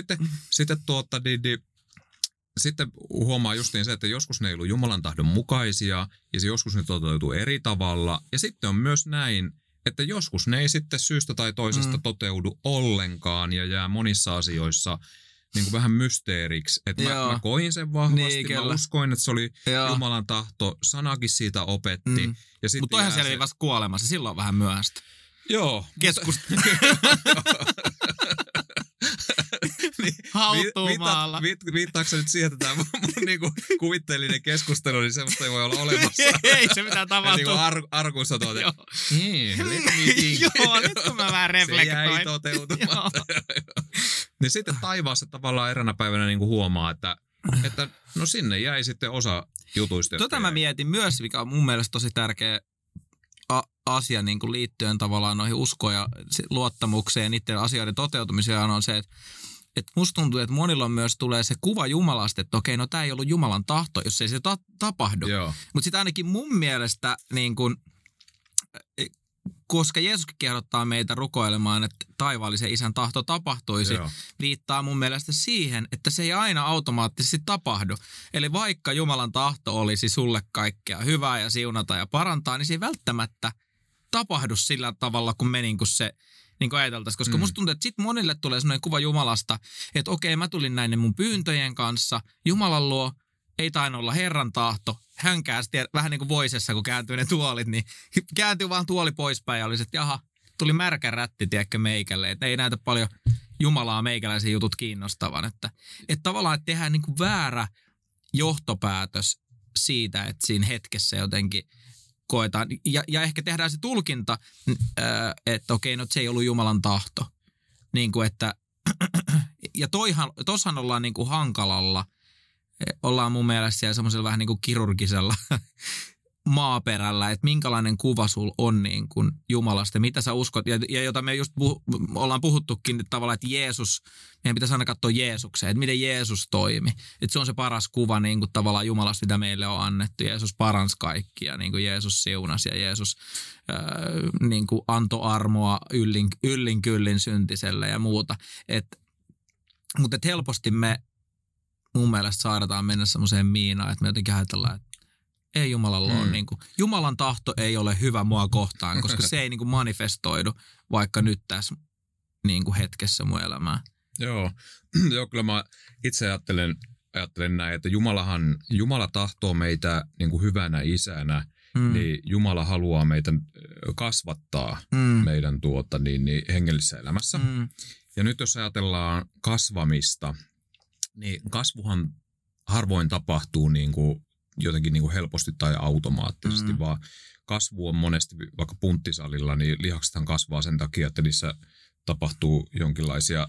sitten huomaa justiin se, että joskus ne ei ollut Jumalan tahdon mukaisia ja joskus ne toteutuu eri tavalla. Ja sitten on myös näin, että joskus ne ei sitten syystä tai toisesta toteudu ollenkaan ja jää monissa asioissa niin kuin vähän mysteeriksi. Että mä koin sen vahvasti, mä uskoin, että se oli Jumalan tahto, sanakin siitä opetti. Mutta toihan selviä vasta kuolemassa, silloin on vähän myöhäistä. Joo. Hautuumaalla. Viittaako nyt siihen, että tämä mun niinku kuvitteellinen keskustelu, niin semmoista ei voi olla olemassa. Ei se mitään tapahtuu. Niin arkussa tuote. Joo, nyt kun mä vähän reflektoin. Se jäi toteutumatta. Niin sitten taivaassa tavallaan eräänä päivänä niinku huomaa, että no sinne jäi sitten osa jutuista. Mä mietin myös, mikä on mun mielestä tosi tärkeä asia niin kuin liittyen tavallaan noihin uskoon ja luottamukseen ja niiden asioiden toteutumiseen on se, että musta tuntuu, että monilla myös tulee se kuva Jumalasta, että okei, no tää ei ollut Jumalan tahto, jos ei se tapahdu. Mutta sitten ainakin mun mielestä, niin kun, koska Jeesuskin kehdottaa meitä rukoilemaan, että taivaallisen isän tahto tapahtuisi, viittaa mun mielestä siihen, että se ei aina automaattisesti tapahdu. Eli vaikka Jumalan tahto olisi sulle kaikkea hyvää ja siunata ja parantaa, niin se ei välttämättä tapahdu sillä tavalla, kun me niin kuin se niin kuin ajateltaisiin. Koska musta tuntuu, että sitten monille tulee sellainen kuva Jumalasta, että okei, mä tulin näiden mun pyyntöjen kanssa Jumalan luo, ei tainnut olla Herran tahto. Hän käänsi vähän niin kuin Voisessa, kun kääntyy ne tuolit, niin kääntyi vaan tuoli poispäin ja oli se, että jaha, tuli märkä rätti, tiedätkö, meikälle. Että ei näytä paljon Jumalaa meikäläisiä jutut kiinnostavan. Että tavallaan, että tehdään niin kuin väärä johtopäätös siitä, että siinä hetkessä jotenkin koetaan. Ja ehkä tehdään se tulkinta, että okei, no se ei ollut Jumalan tahto. Niin kuin, että ja tossahan ollaan niin kuin hankalalla. Ollaan mun mielestä siellä semmoisella vähän niin kuin kirurgisella maaperällä, että minkälainen kuva sul on niin kuin Jumalasta, mitä sä uskot, ja jota me just ollaan puhuttukin että tavallaan, että Jeesus, meidän pitäisi aina katsoa Jeesukseen, että miten Jeesus toimi. Että se on se paras kuva niin kuin tavallaan Jumalasta, mitä meille on annettu. Jeesus paransi kaikkia, niin kuin Jeesus siunasi ja Jeesus niin kuin antoi armoa yllin kyllin syntiselle ja muuta. Mutta helposti me mun mielestä saadaan mennä semmoiseen miinaan, että me jotenkin ajatellaan, että ei Jumalalla ole niin kuin, Jumalan tahto ei ole hyvä mua kohtaan, koska se ei niin kuin manifestoidu vaikka nyt tässä niin kuin hetkessä mun elämää. Joo, kyllä mä itse ajattelen näin, että Jumala tahtoo meitä niin kuin hyvänä isänä, niin Jumala haluaa meitä kasvattaa meidän hengellisessä elämässä. Ja nyt jos ajatellaan kasvamista, niin kasvuhan harvoin tapahtuu niin kuin jotenkin niin kuin helposti tai automaattisesti, vaan kasvu on monesti vaikka punttisalilla, niin lihaksethan kasvaa sen takia, että niissä tapahtuu jonkinlaisia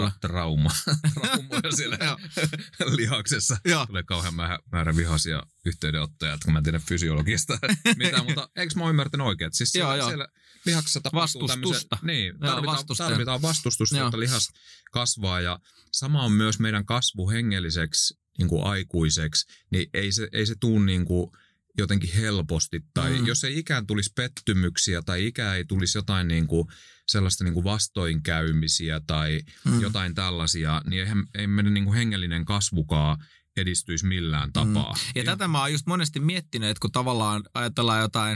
traumoja siellä lihaksessa. Tulee kauhean määrä vihaisia yhteydenottoja, kun mä en tiedä fysiologiasta mitään, mutta eikö mä oon ymmärtänyt oikein? Siis siellä lihaksessa tapahtuu vastustusta. Tarvitaan vastustusta, jotta lihas kasvaa, ja sama on myös meidän kasvu hengelliseksi niin kuin aikuiseksi, niin ei se tule niin kuin jotenkin helposti, tai jos ei ikään tulisi pettymyksiä, tai ikään ei tulisi jotain niin kuin sellaista niin kuin vastoinkäymisiä, tai jotain tällaisia, niin ei meidän niin kuin hengellinen kasvukaan edistyisi millään tapaa. Ja tätä mä oon just monesti miettinyt, että kun tavallaan ajatellaan jotain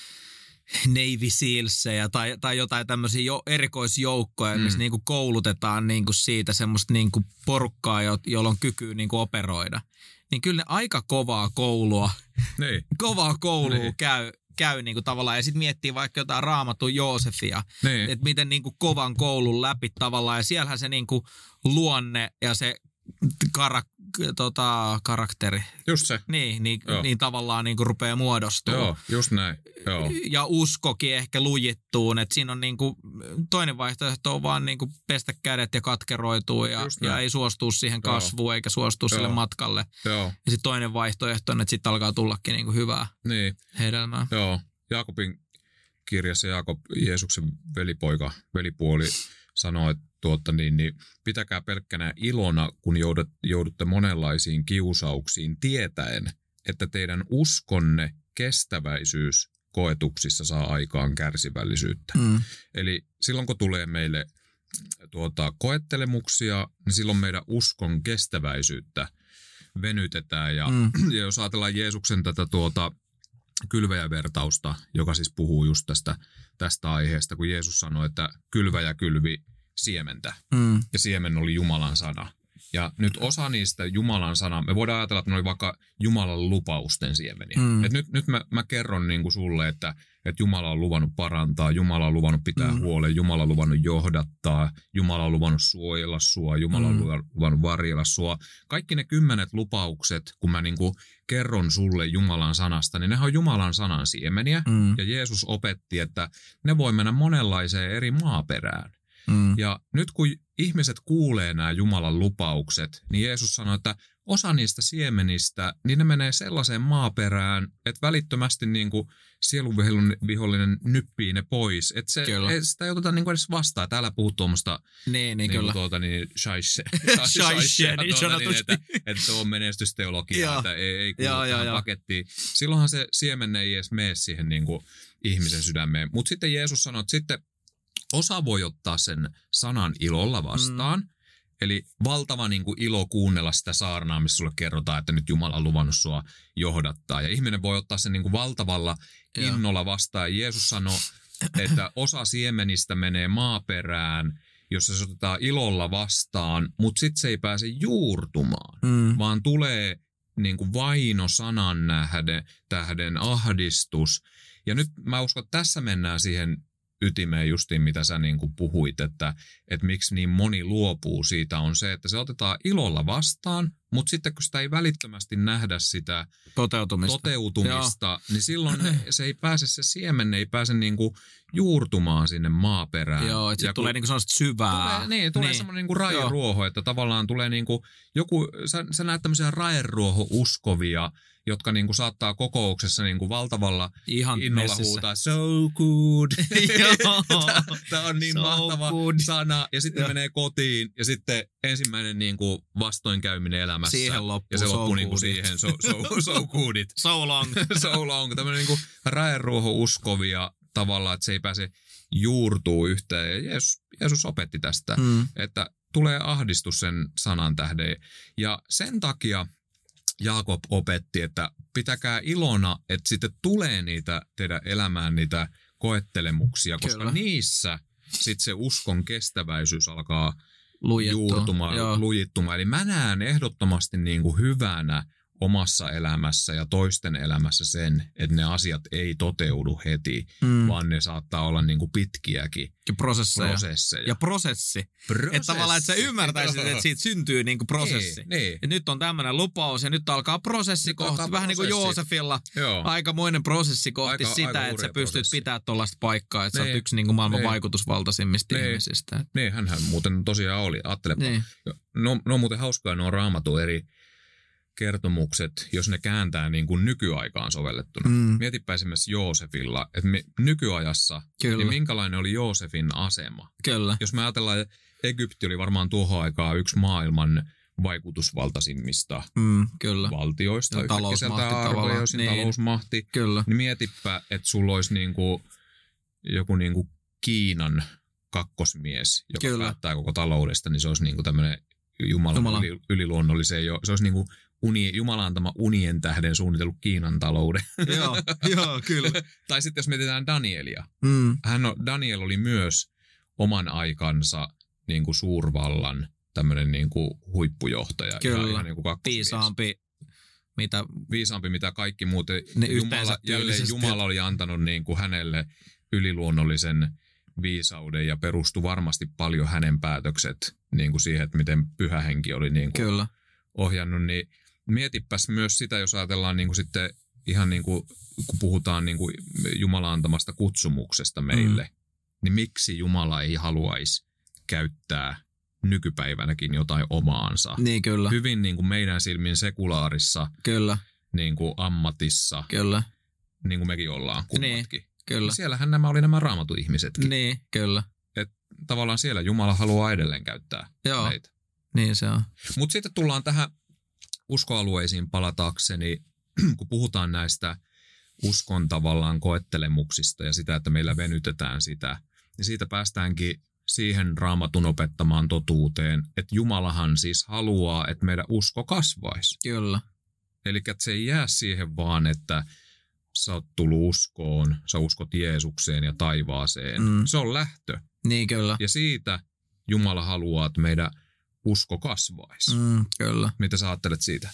Navy Sealsseja tai jotain tämmöisiä erikoisjoukkoja, missä niinku koulutetaan niinku siitä semmoista niinku porukkaa, jolla on kykyä niinku operoida. Niin kyllä ne aika kovaa koulua käy niinku tavallaan. Ja sitten miettii vaikka jotain Raamatun Joosefia, että miten niinku kovan koulun läpi tavallaan. Ja siellähän se niinku luonne ja se karakteri. Just se. Niin tavallaan niin kuin rupeaa muodostumaan. Joo, just näin. Joo. Ja uskokin ehkä lujittuun, että siinä on niin kuin, toinen vaihtoehto on vaan niin kuin pestä kädet ja katkeroituu ja ei suostuu siihen kasvuun eikä suostuu sille matkalle. Joo. Ja sitten toinen vaihtoehto on, että sitten alkaa tullakin niin kuin hyvää hedelmää. Joo, Jaakobin kirjassa Jaakob, Jeesuksen velipuoli sanoo, että niin pitäkää pelkkänä ilona, kun joudutte monenlaisiin kiusauksiin tietäen, että teidän uskonne kestäväisyys koetuksissa saa aikaan kärsivällisyyttä. Eli silloin kun tulee meille koettelemuksia, niin silloin meidän uskon kestäväisyyttä venytetään. Ja jos ajatellaan Jeesuksen tätä kylväjävertausta, joka siis puhuu just tästä aiheesta, kun Jeesus sanoi, että kylväjä kylvi siementä. Ja siemen oli Jumalan sana. Ja nyt osa niistä Jumalan sana, me voidaan ajatella, että ne oli vaikka Jumalan lupausten siemeniä. Et nyt mä kerron niin kuin sulle, että Jumala on luvannut parantaa, Jumala on luvannut pitää huolen, Jumala on luvannut johdattaa, Jumala on luvannut suojella sua, Jumala on luvannut varjella sua. Kaikki ne 10 lupaukset, kun mä niin kuin kerron sulle Jumalan sanasta, niin ne on Jumalan sanan siemeniä. Ja Jeesus opetti, että ne voi mennä monenlaiseen eri maaperään. Ja nyt kun ihmiset kuulee nämä Jumalan lupaukset, niin Jeesus sanoi, että osa niistä siemenistä, niin ne menee sellaiseen maaperään, että välittömästi niin kuin sielunvihollinen nyppii ne pois. Että sitä ei oteta niin kuin edes vastaan. Täällä puhuu tuommoista että se on menestysteologia, että ei kuulu tähän pakettiin. Silloinhan se siemen ei edes mene siihen niin kuin ihmisen sydämeen. Mutta sitten Jeesus sanoi, että sitten osa voi ottaa sen sanan ilolla vastaan, eli valtava niin kuin ilo kuunnella sitä saarnaa, missä sulle kerrotaan, että nyt Jumala on luvannut sua johdattaa. Ja ihminen voi ottaa sen niin kuin valtavalla innolla vastaan. Jeesus sanoi, että osa siemenistä menee maaperään, jossa se otetaan ilolla vastaan, mutta sitten se ei pääse juurtumaan, vaan tulee niin kuin vaino sanan tähden, ahdistus. Ja nyt mä uskon, että tässä mennään siihen ytimeen justiin, mitä sä niin kuin puhuit, että miksi niin moni luopuu siitä, on se, että se otetaan ilolla vastaan, mutta sitten kun sitä ei välittömästi nähdä sitä toteutumista niin silloin se siemen ei pääse niin kuin juurtumaan sinne maaperään. Joo, että tulee niin kuin sellaista syvää. Tulee semmoinen niin kuin raeruoho, että tavallaan tulee niin kuin joku, sä näet tämmöisiä raeruoho-uskovia, jotka niinku saattaa kokouksessa niinku valtavalla ihan innolla messissä huutaa so good. Tämä on niin so mahtava good sana. Ja sitten menee kotiin ja sitten ensimmäinen niinku vastoinkäyminen elämässä. Siihen loppuu. Ja se loppuu niinku siihen so goodit. So long. So long. Tämmöinen niinku raeruoho-uskovia tavallaan, että se ei pääse juurtuu yhteen. Ja Jeesus opetti tästä, että tulee ahdistus sen sanan tähden. Ja sen takia Jaakob opetti, että pitäkää ilona, että sitten tulee niitä teidän elämään niitä koettelemuksia, koska niissä sitten se uskon kestäväisyys alkaa lujittumaan. Eli mä näen ehdottomasti niin kuin hyvänä omassa elämässä ja toisten elämässä sen, että ne asiat ei toteudu heti, vaan ne saattaa olla niin kuin pitkiäkin prosesseja. Ja prosessi. Että tavallaan, että sä ymmärtäisit, että siitä syntyy niin kuin prosessi. Niin. Ja nyt on tämmöinen lupaus ja nyt alkaa prosessi kohti. Vähän niin kuin Joosefilla. Aikamoinen prosessi kohti sitä, että sä pystyt pitämään tuollaista paikkaa. Että sä oot yksi niin kuin maailman vaikutusvaltaisimmista ihmisistä. Niin, hänhän muuten tosiaan oli. Ajattelepa. No muuten hauskaa, nuo Raamatun eri kertomukset, jos ne kääntää niin kuin nykyaikaan sovellettuna. Mietipä esimerkiksi Joosefilla, että nykyajassa, niin minkälainen oli Joosefin asema. Kyllä. Jos me ajatellaan, että Egypti oli varmaan tuohon aikaan yksi maailman vaikutusvaltaisimmista valtioista. Talousmahti. Kyllä. Niin mietipä, että sulla olisi niin kuin joku niin kuin Kiinan kakkosmies, joka päättää koko taloudesta, niin se olisi niin kuin tämmöinen Jumalan yliluonnollisen, se olisi niin kuin Jumala antama unien tähden suunnitellut Kiinan talouden. Joo, kyllä. Tai sitten jos mietitään Danielia. Daniel oli myös oman aikansa niin kuin suurvallan tämmöinen niin kuin huippujohtaja. Kyllä, ihan niin kuin viisaampi mitä kaikki muut. Jumala oli antanut niin kuin hänelle yliluonnollisen viisauden ja perustui varmasti paljon hänen päätökset niin kuin siihen, että miten Pyhä Henki oli niin kuin ohjannut. Niin mietipäs myös sitä, jos ajatellaan niin kuin sitten ihan niin kuin, kun puhutaan niin kuin Jumalan antamasta kutsumuksesta meille, niin miksi Jumala ei haluaisi käyttää nykypäivänäkin jotain omaansa? Niin, kyllä. Hyvin niin kuin meidän silmin sekulaarissa niin kuin ammatissa, niin kuin mekin ollaan kummatkin. Kyllä. Siellähän nämä oli nämä Raamatun ihmisetkin. Niin, kyllä. Et tavallaan siellä Jumala haluaa edelleen käyttää meitä. Niin se on. Mutta sitten tullaan tähän uskoalueisiin palatakseni, kun puhutaan näistä uskon tavallaan koettelemuksista ja sitä, että meillä venytetään sitä. Ja siitä päästäänkin siihen Raamatun opettamaan totuuteen, että Jumalahan siis haluaa, että meidän usko kasvaisi. Kyllä. Eli että se ei jää siihen vaan, että sä oot tullut uskoon, sä uskot Jeesukseen ja taivaaseen. Se on lähtö. Niin, kyllä. Ja siitä Jumala haluaa, että meidän usko kasvaisi. Kyllä. Mitä sä ajattelet siitä?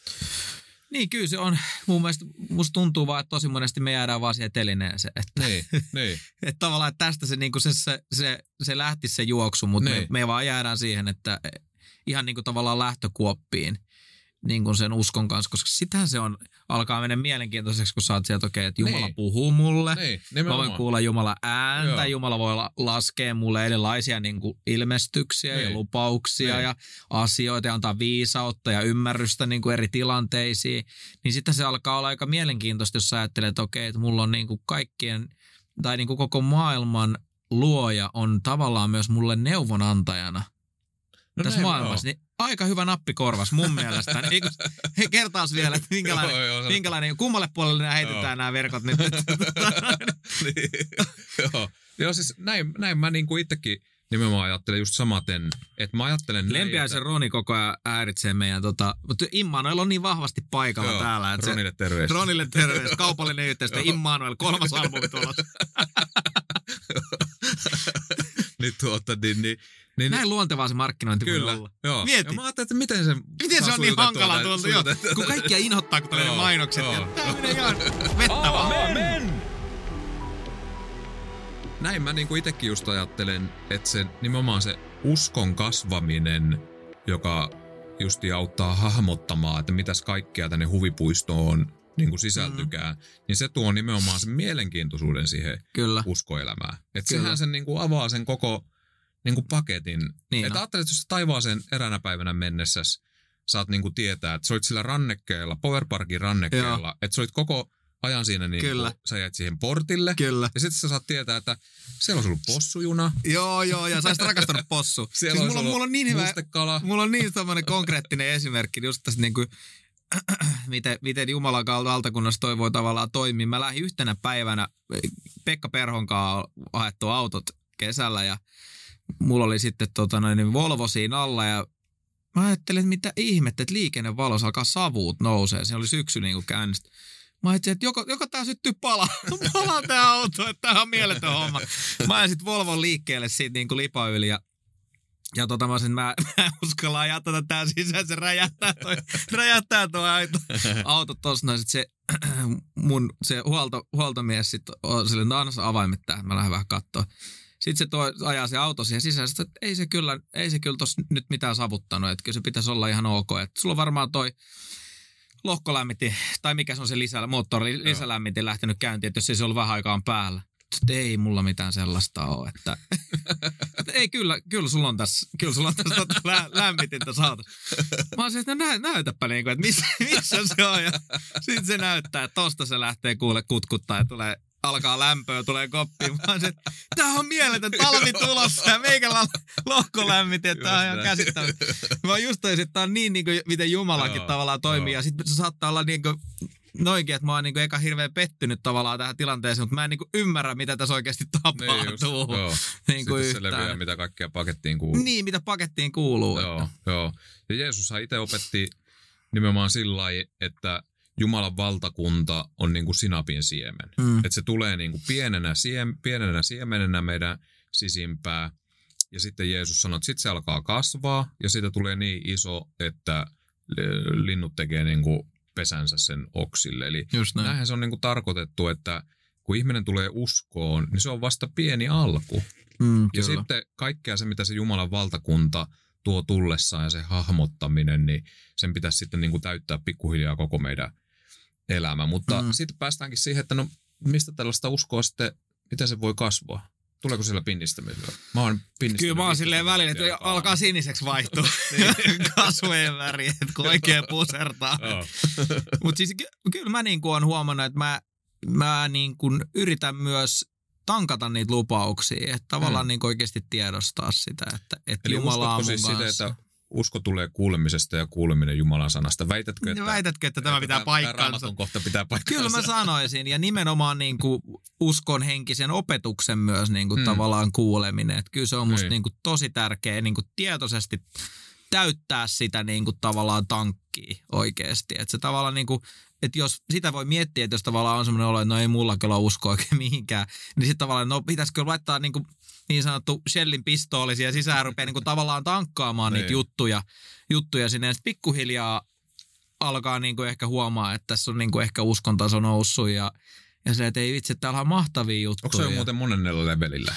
Niin, kyllä se on. Mun mielestä musta tuntuu vaan, että tosi monesti me jäädään vaan siihen telineeseen. Että, niin. Että tavallaan että tästä se, niin kuin se lähtisi se juoksu, mutta me vaan jäädään siihen, että ihan niin kuin tavallaan lähtökuoppiin niin kuin sen uskon kanssa, koska sitähän se on, alkaa mennä mielenkiintoiseksi, kun sä oot sieltä, että Jumala puhuu mulle. Mä voin kuulla Jumala ääntä, Jumala voi laskea mulle erilaisia niin kuin ilmestyksiä ja lupauksia ja asioita ja antaa viisautta ja ymmärrystä niin kuin eri tilanteisiin. Niin sitten se alkaa olla aika mielenkiintoista, jos sä ajattelet, että okei, että mulla on niin kuin kaikkien, tai niin kuin koko maailman luoja on tavallaan myös mulle neuvonantajana. Tässä maailmassa, niin aika hyvä nappi korvas mun mielestä. He kertaas vielä, että minkälainen kummalle puolelle nämä heitetään nämä verkot nyt. Joo, siis näin mä niin kuin itsekin nimenomaan ajattelen just samaten, että mä ajattelen Lempiäisen Roni koko ajan häiritsee meidän mutta Immanuel on niin vahvasti paikalla täällä. Että Ronille terveys. Ronille terveys, kaupallinen yhteistyö, Immanuel, 3. albumi tulossa. Niin, näin luontevaa se markkinointi kyllä, voi olla. Joo. Mieti. Ja mä ajattelin, että miten se on niin hankalaa tuolta, joo. Kun kaikkia inhottaa, kun tulee ne mainokset. Tää menee ihan vettävää. Amen! Näin mä niinku itekin just ajattelen, että se nimenomaan se uskon kasvaminen, joka justi auttaa hahmottamaan, että mitäs kaikkea tänne huvipuistoon niinku sisältykään, niin se tuo nimenomaan sen mielenkiintoisuuden siihen uskoelämään. Että sehän sen niinku avaa sen koko niinku paketin. Niin että ajattelet, jos sä taivaaseen eräänä päivänä mennessäs saat niinku tietää, että sä olit sillä rannekkeella, Powerparkin rannekkeella, että sä olit koko ajan siinä niin sä jäit siihen portille. Kyllä. Ja sitten sä saat tietää, että siellä on ollut possujuna. Joo, ja sä olisit rakastanut possu. Siellä siis mulla on niin hyvä, mustekala. Mulla on niin tämmöinen konkreettinen esimerkki just tästä niinku, miten Jumalan valtakunnassa toi voi tavallaan toimia. Mä lähdin yhtenä päivänä Pekka Perhon kanssa haettu autot kesällä ja mulla oli sitten Volvo siinä alla ja mä ajattelin, että mitä ihmettä, että liikennevalossa alkaa savuut nousee. Se oli syksy niin kuin käynnistä. Mä ajattelin, että joko tää syttyy palaa tää auto, että tää on mieletön homma. Mä ajan sit Volvon liikkeelle siitä niin kuin lipa yli ja mä olisin, mä en uskalla ajaa tää sisään, se räjähtää tuo auto tossa noin. Sit se huoltomies sit on silleen, no anna avaimet tähän, mä lähden vähän kattoo. Sitten se ajaa se auto siihen sisään, että ei se kyllä tossa nyt mitään savuttanut, että kyllä se pitäisi olla ihan ok. Että sulla on varmaan toi lohkolämmitin, tai mikä se on se moottorin lisälämmitin lähtenyt käyntiin, että jos ei se ollut vähän aikaan päällä. Sitten ei mulla mitään sellaista ole, että ei kyllä sulla on tässä lämmitintä saatu. Mä olisin, että näytäpä niin kuin, että missä se on. Ja sitten se näyttää, että tosta se lähtee kutkuttaa ja alkaa lämpöä, tulee koppiin. Mä olisin, että tää on mieletön talvi tulossa ja meikällä on lohkolämmitin, että tää on ihan käsittämättä. Mä just toisin, että tää on niin kuin, miten Jumalakin tavallaan toimii ja sitten se saattaa olla niin kuin noinkin, että mä oon niinku eka hirveän pettynyt tavallaan tähän tilanteeseen, mutta mä en niinku ymmärrä, mitä tässä oikeasti tapahtuu. Niin sitten se leviää, mitä kaikkea pakettiin kuuluu. Niin, mitä pakettiin kuuluu. Joo. Ja Jeesushan itse opetti nimenomaan sillä lailla, että Jumalan valtakunta on niinku sinapin siemen. Että se tulee niinku pienenä siemenenä meidän sisimpää. Ja sitten Jeesus sanoi, että sitten se alkaa kasvaa ja siitä tulee niin iso, että linnut tekee niinku pesänsä sen oksille. Eli näinhän se on niinku tarkoitettu, että kun ihminen tulee uskoon, niin se on vasta pieni alku. Ja sitten kaikkea se, mitä se Jumalan valtakunta tuo tullessaan ja se hahmottaminen, niin sen pitäisi sitten niinku täyttää pikkuhiljaa koko meidän elämä. Mutta sitten päästäänkin siihen, että no mistä tällaista uskoa sitten, miten se voi kasvaa? Tuleeko siellä pinnistämisellä? Mä oon pinnistänyt. Kyllä mä oon silleen välillä, että alkaa siniseksi vaihtua kasvojen väri, että kun oikein pusertaa. Mutta siis kyllä mä niin kuin oon huomannut, että mä niin kuin yritän myös tankata niitä lupauksia, että tavallaan niin kuin oikeasti tiedostaa sitä, että Jumala on mun siis kanssa. Sitä, että usko tulee kuulemisesta ja kuuleminen Jumalan sanasta. Väitätkö, että tämä pitää paikkansa? Raamatun kohta pitää paikkansa. Kyllä mä sanoisin. Ja nimenomaan niin kuin uskon henkisen opetuksen myös niin kuin tavallaan kuuleminen. Että kyllä se on musta niin kuin tosi tärkeä niin kuin tietoisesti täyttää sitä niin kuin tavallaan tankkia oikeasti. Että se tavallaan niin kuin, että jos sitä voi miettiä, että jos tavallaan on semmoinen olo, että no ei mulla kyllä usko oikein mihinkään, niin sitten tavallaan no pitäisikö laittaa niin sanottu Shellin pistooli siihen sisään rupeaa niin kuin tavallaan tankkaamaan niitä juttuja sinne. Ja sitten pikkuhiljaa alkaa niin kuin ehkä huomaa, että tässä on niin kuin ehkä uskontaso noussut ja se, että ei vitsi, täällä on mahtavia juttuja. Onko se jo muuten monennella levelillä?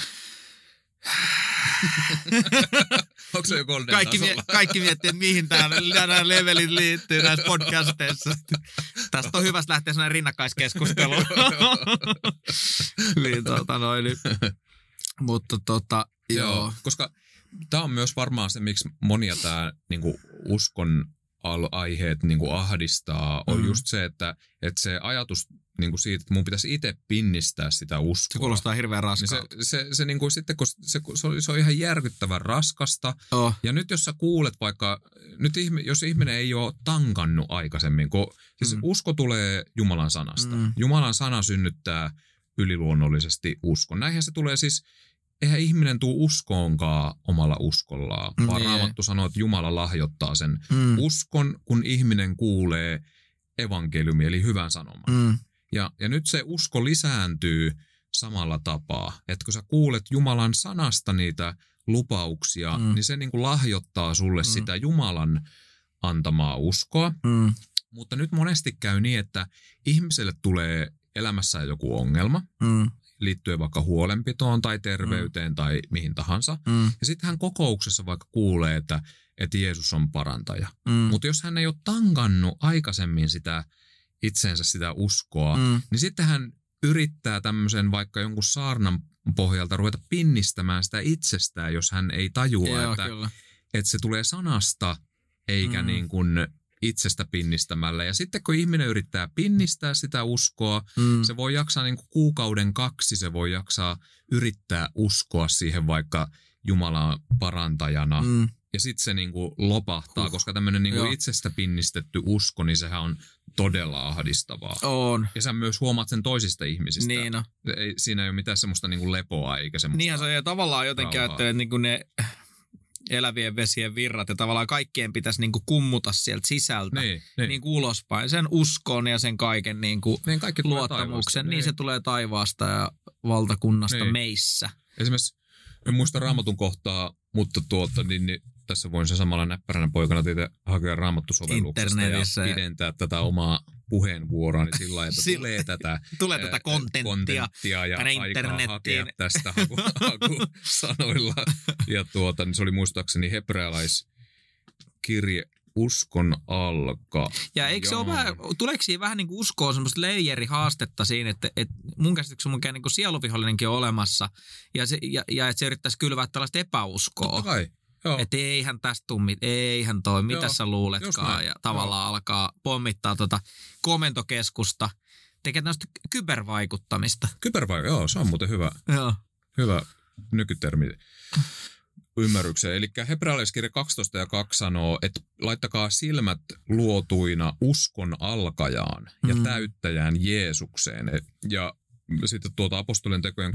Onko se jo golden tasolla? Kaikki miettii, että mihin nämä levelit liittyy näissä podcasteissa. Tästä on hyvästä lähteä sellainen rinnakkaiskeskustelu. Mutta joo. Koska tämä on myös varmaan se, miksi monia tämä niinku uskon aiheet niinku ahdistaa, on just se, että se ajatus niinku siitä, että mun pitäisi itse pinnistää sitä uskoa. Se kuulostaa hirveän raskalta. Niin se niinku sitten, kun se on ihan järkyttävän raskasta. Ja nyt jos sä kuulet vaikka, jos ihminen ei ole tankannut aikaisemmin, kun siis usko tulee Jumalan sanasta. Jumalan sana synnyttää yliluonnollisesti uskon. Näinhän se tulee siis, eihän ihminen tule uskoonkaan omalla uskollaan, vaan Raamattu sanoo, että Jumala lahjoittaa sen uskon, kun ihminen kuulee evankeliumi, eli hyvän sanoman. Ja nyt se usko lisääntyy samalla tapaa. Että kun sä kuulet Jumalan sanasta niitä lupauksia, niin se niin kuin lahjoittaa sulle sitä Jumalan antamaa uskoa. Mutta nyt monesti käy niin, että ihmiselle tulee elämässään joku ongelma, liittyen vaikka huolenpitoon tai terveyteen tai mihin tahansa. Ja sitten hän kokouksessa vaikka kuulee, että Jeesus on parantaja. Mutta jos hän ei ole tankannut aikaisemmin sitä itsensä sitä uskoa, niin sitten hän yrittää tämmöisen vaikka jonkun saarnan pohjalta ruveta pinnistämään sitä itsestään, jos hän ei tajua, että se tulee sanasta eikä niin kuin itsestä pinnistämällä. Ja sitten kun ihminen yrittää pinnistää sitä uskoa, se voi jaksaa niin kuin 1-2 kuukauden, se voi jaksaa yrittää uskoa siihen vaikka Jumalan parantajana. Ja sitten se niin kuin lopahtaa, koska tämmöinen niin kuin itsestä pinnistetty usko, niin sehän on todella ahdistavaa. On. Ja sä myös huomaat sen toisista ihmisistä. Niin no. Siinä ei ole mitään semmoista niin kuin lepoa eikä semmoista. Niinhän se on, ja tavallaan jotenkin ajattelee, että niin kuin ne elävien vesien virrat ja tavallaan kaikkien pitäisi niin kuin kummuta sieltä sisältä niin kuin ulospäin. Sen uskon ja sen kaiken niin kuin luottamuksen, niin se tulee taivaasta ja valtakunnasta meissä. Esimerkiksi en muista Raamatun kohtaa, mutta niin tässä voin se samalla näppäränä poikana teitä hakea Raamattusovelluksesta ja pidentää tätä omaa puheenvuoroani sillä lailla, että tulee tätä kontenttia ja aikaa hakea tästä hakusanoilla. Ja niin se oli muistaakseni hebrealaiskirje Uskon alka. Ja eikö se ole vähän, tuleeko siinä vähän niin kuin uskoa semmoista leijerihaastetta siinä, että mun käsityksessä mun niin kuin sieluvihollinenkin on olemassa ja että se yrittäisi kylvää tällaista epäuskoa. Totta kai. Että eihän tästä tule, eihän toi, mitä sä luuletkaan. Ja tavallaan alkaa pommittaa komentokeskusta, tekee tämmöistä kybervaikuttamista. Joo, se on muuten hyvä. Hyvä nykytermi ymmärrykseen. Eli hebrealaiskirja 12:2 sanoo, että laittakaa silmät luotuina uskon alkajaan ja täyttäjään Jeesukseen. Ja sitten apostolien tekojen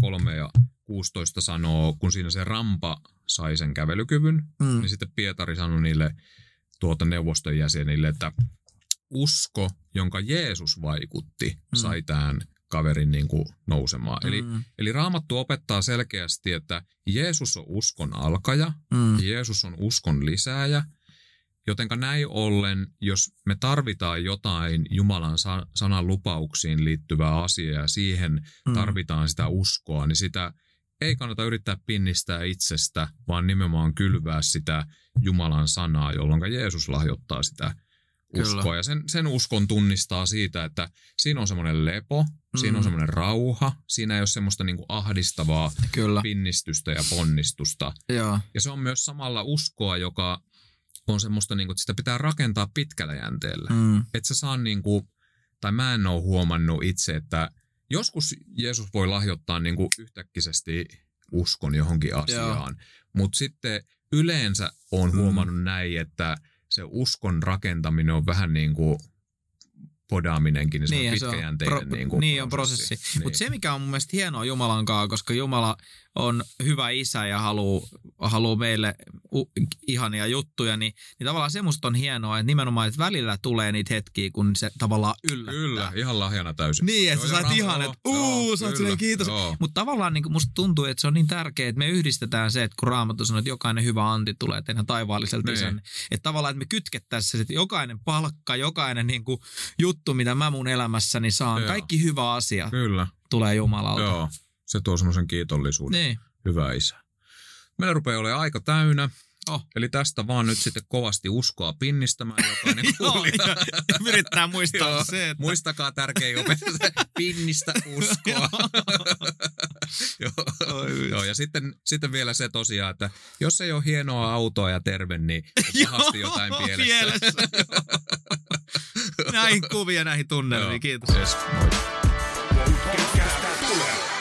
3:16 sanoo, kun siinä se rampa sai sen kävelykyvyn, niin sitten Pietari sanoi niille neuvoston jäsenille, että usko, jonka Jeesus vaikutti, sai tämän kaverin niin kuin nousemaan. Eli Raamattu opettaa selkeästi, että Jeesus on uskon alkaja, Jeesus on uskon lisääjä, jotenka näin ollen, jos me tarvitaan jotain Jumalan sanan lupauksiin liittyvää asiaa ja siihen tarvitaan sitä uskoa, niin sitä ei kannata yrittää pinnistää itsestä, vaan nimenomaan kylvää sitä Jumalan sanaa, jolloin Jeesus lahjoittaa sitä uskoa. Kyllä. Ja sen uskon tunnistaa siitä, että siinä on semmoinen lepo, siinä on semmoinen rauha, siinä ei ole semmoista niinku ahdistavaa pinnistystä ja ponnistusta. Ja se on myös samalla uskoa, joka on semmoista, niinku, että sitä pitää rakentaa pitkällä jänteellä. Että sä saa niinku, tai mä en ole huomannut itse, että joskus Jeesus voi lahjoittaa niinku yhtäkkisesti uskon johonkin asiaan, mutta sitten yleensä on huomannut näin, että se uskon rakentaminen on vähän niin kuin podaaminenkin, niin se on pitkäjänteinen niin on prosessi. Niin. Mutta se, mikä on mun mielestä hienoa Jumalan kanssa, koska Jumala on hyvä isä ja haluaa meille ihania juttuja, niin tavallaan se musta on hienoa, että nimenomaan, että välillä tulee niitä hetkiä, kun se tavallaan yllättää. Kyllä, ihan lahjana täysin. Niin, että sä saat ihan, että sä oot silleen kiitos. Mutta tavallaan niin musta tuntuu, että se on niin tärkeää, että me yhdistetään se, että kun Raamattu sanoo, että jokainen hyvä anti tulee teidän taivaalliselta isän. Että tavallaan, että me kytkettäisiin se, että jokainen palkka, jokainen niin kuin juttu, mitä mä mun elämässäni saan, kaikki hyvä asia tulee Jumalalta. Joo. Se tuo semmoisen kiitollisuuden. Niin. Hyvä isä. Meillä rupeaa olemaan aika täynnä. Eli tästä vaan nyt sitten kovasti uskoa pinnistämään jokainen kuulija. Yritetään muistaa se, että muistakaa tärkein opetus, pinnistä uskoa. Joo, ja sitten vielä se tosiaan, että jos ei ole hienoa autoa ja terve, niin on pahasti jotain pielessä. Näihin kuvia, näihin tunnelmiin. Kiitos. Yes, moi.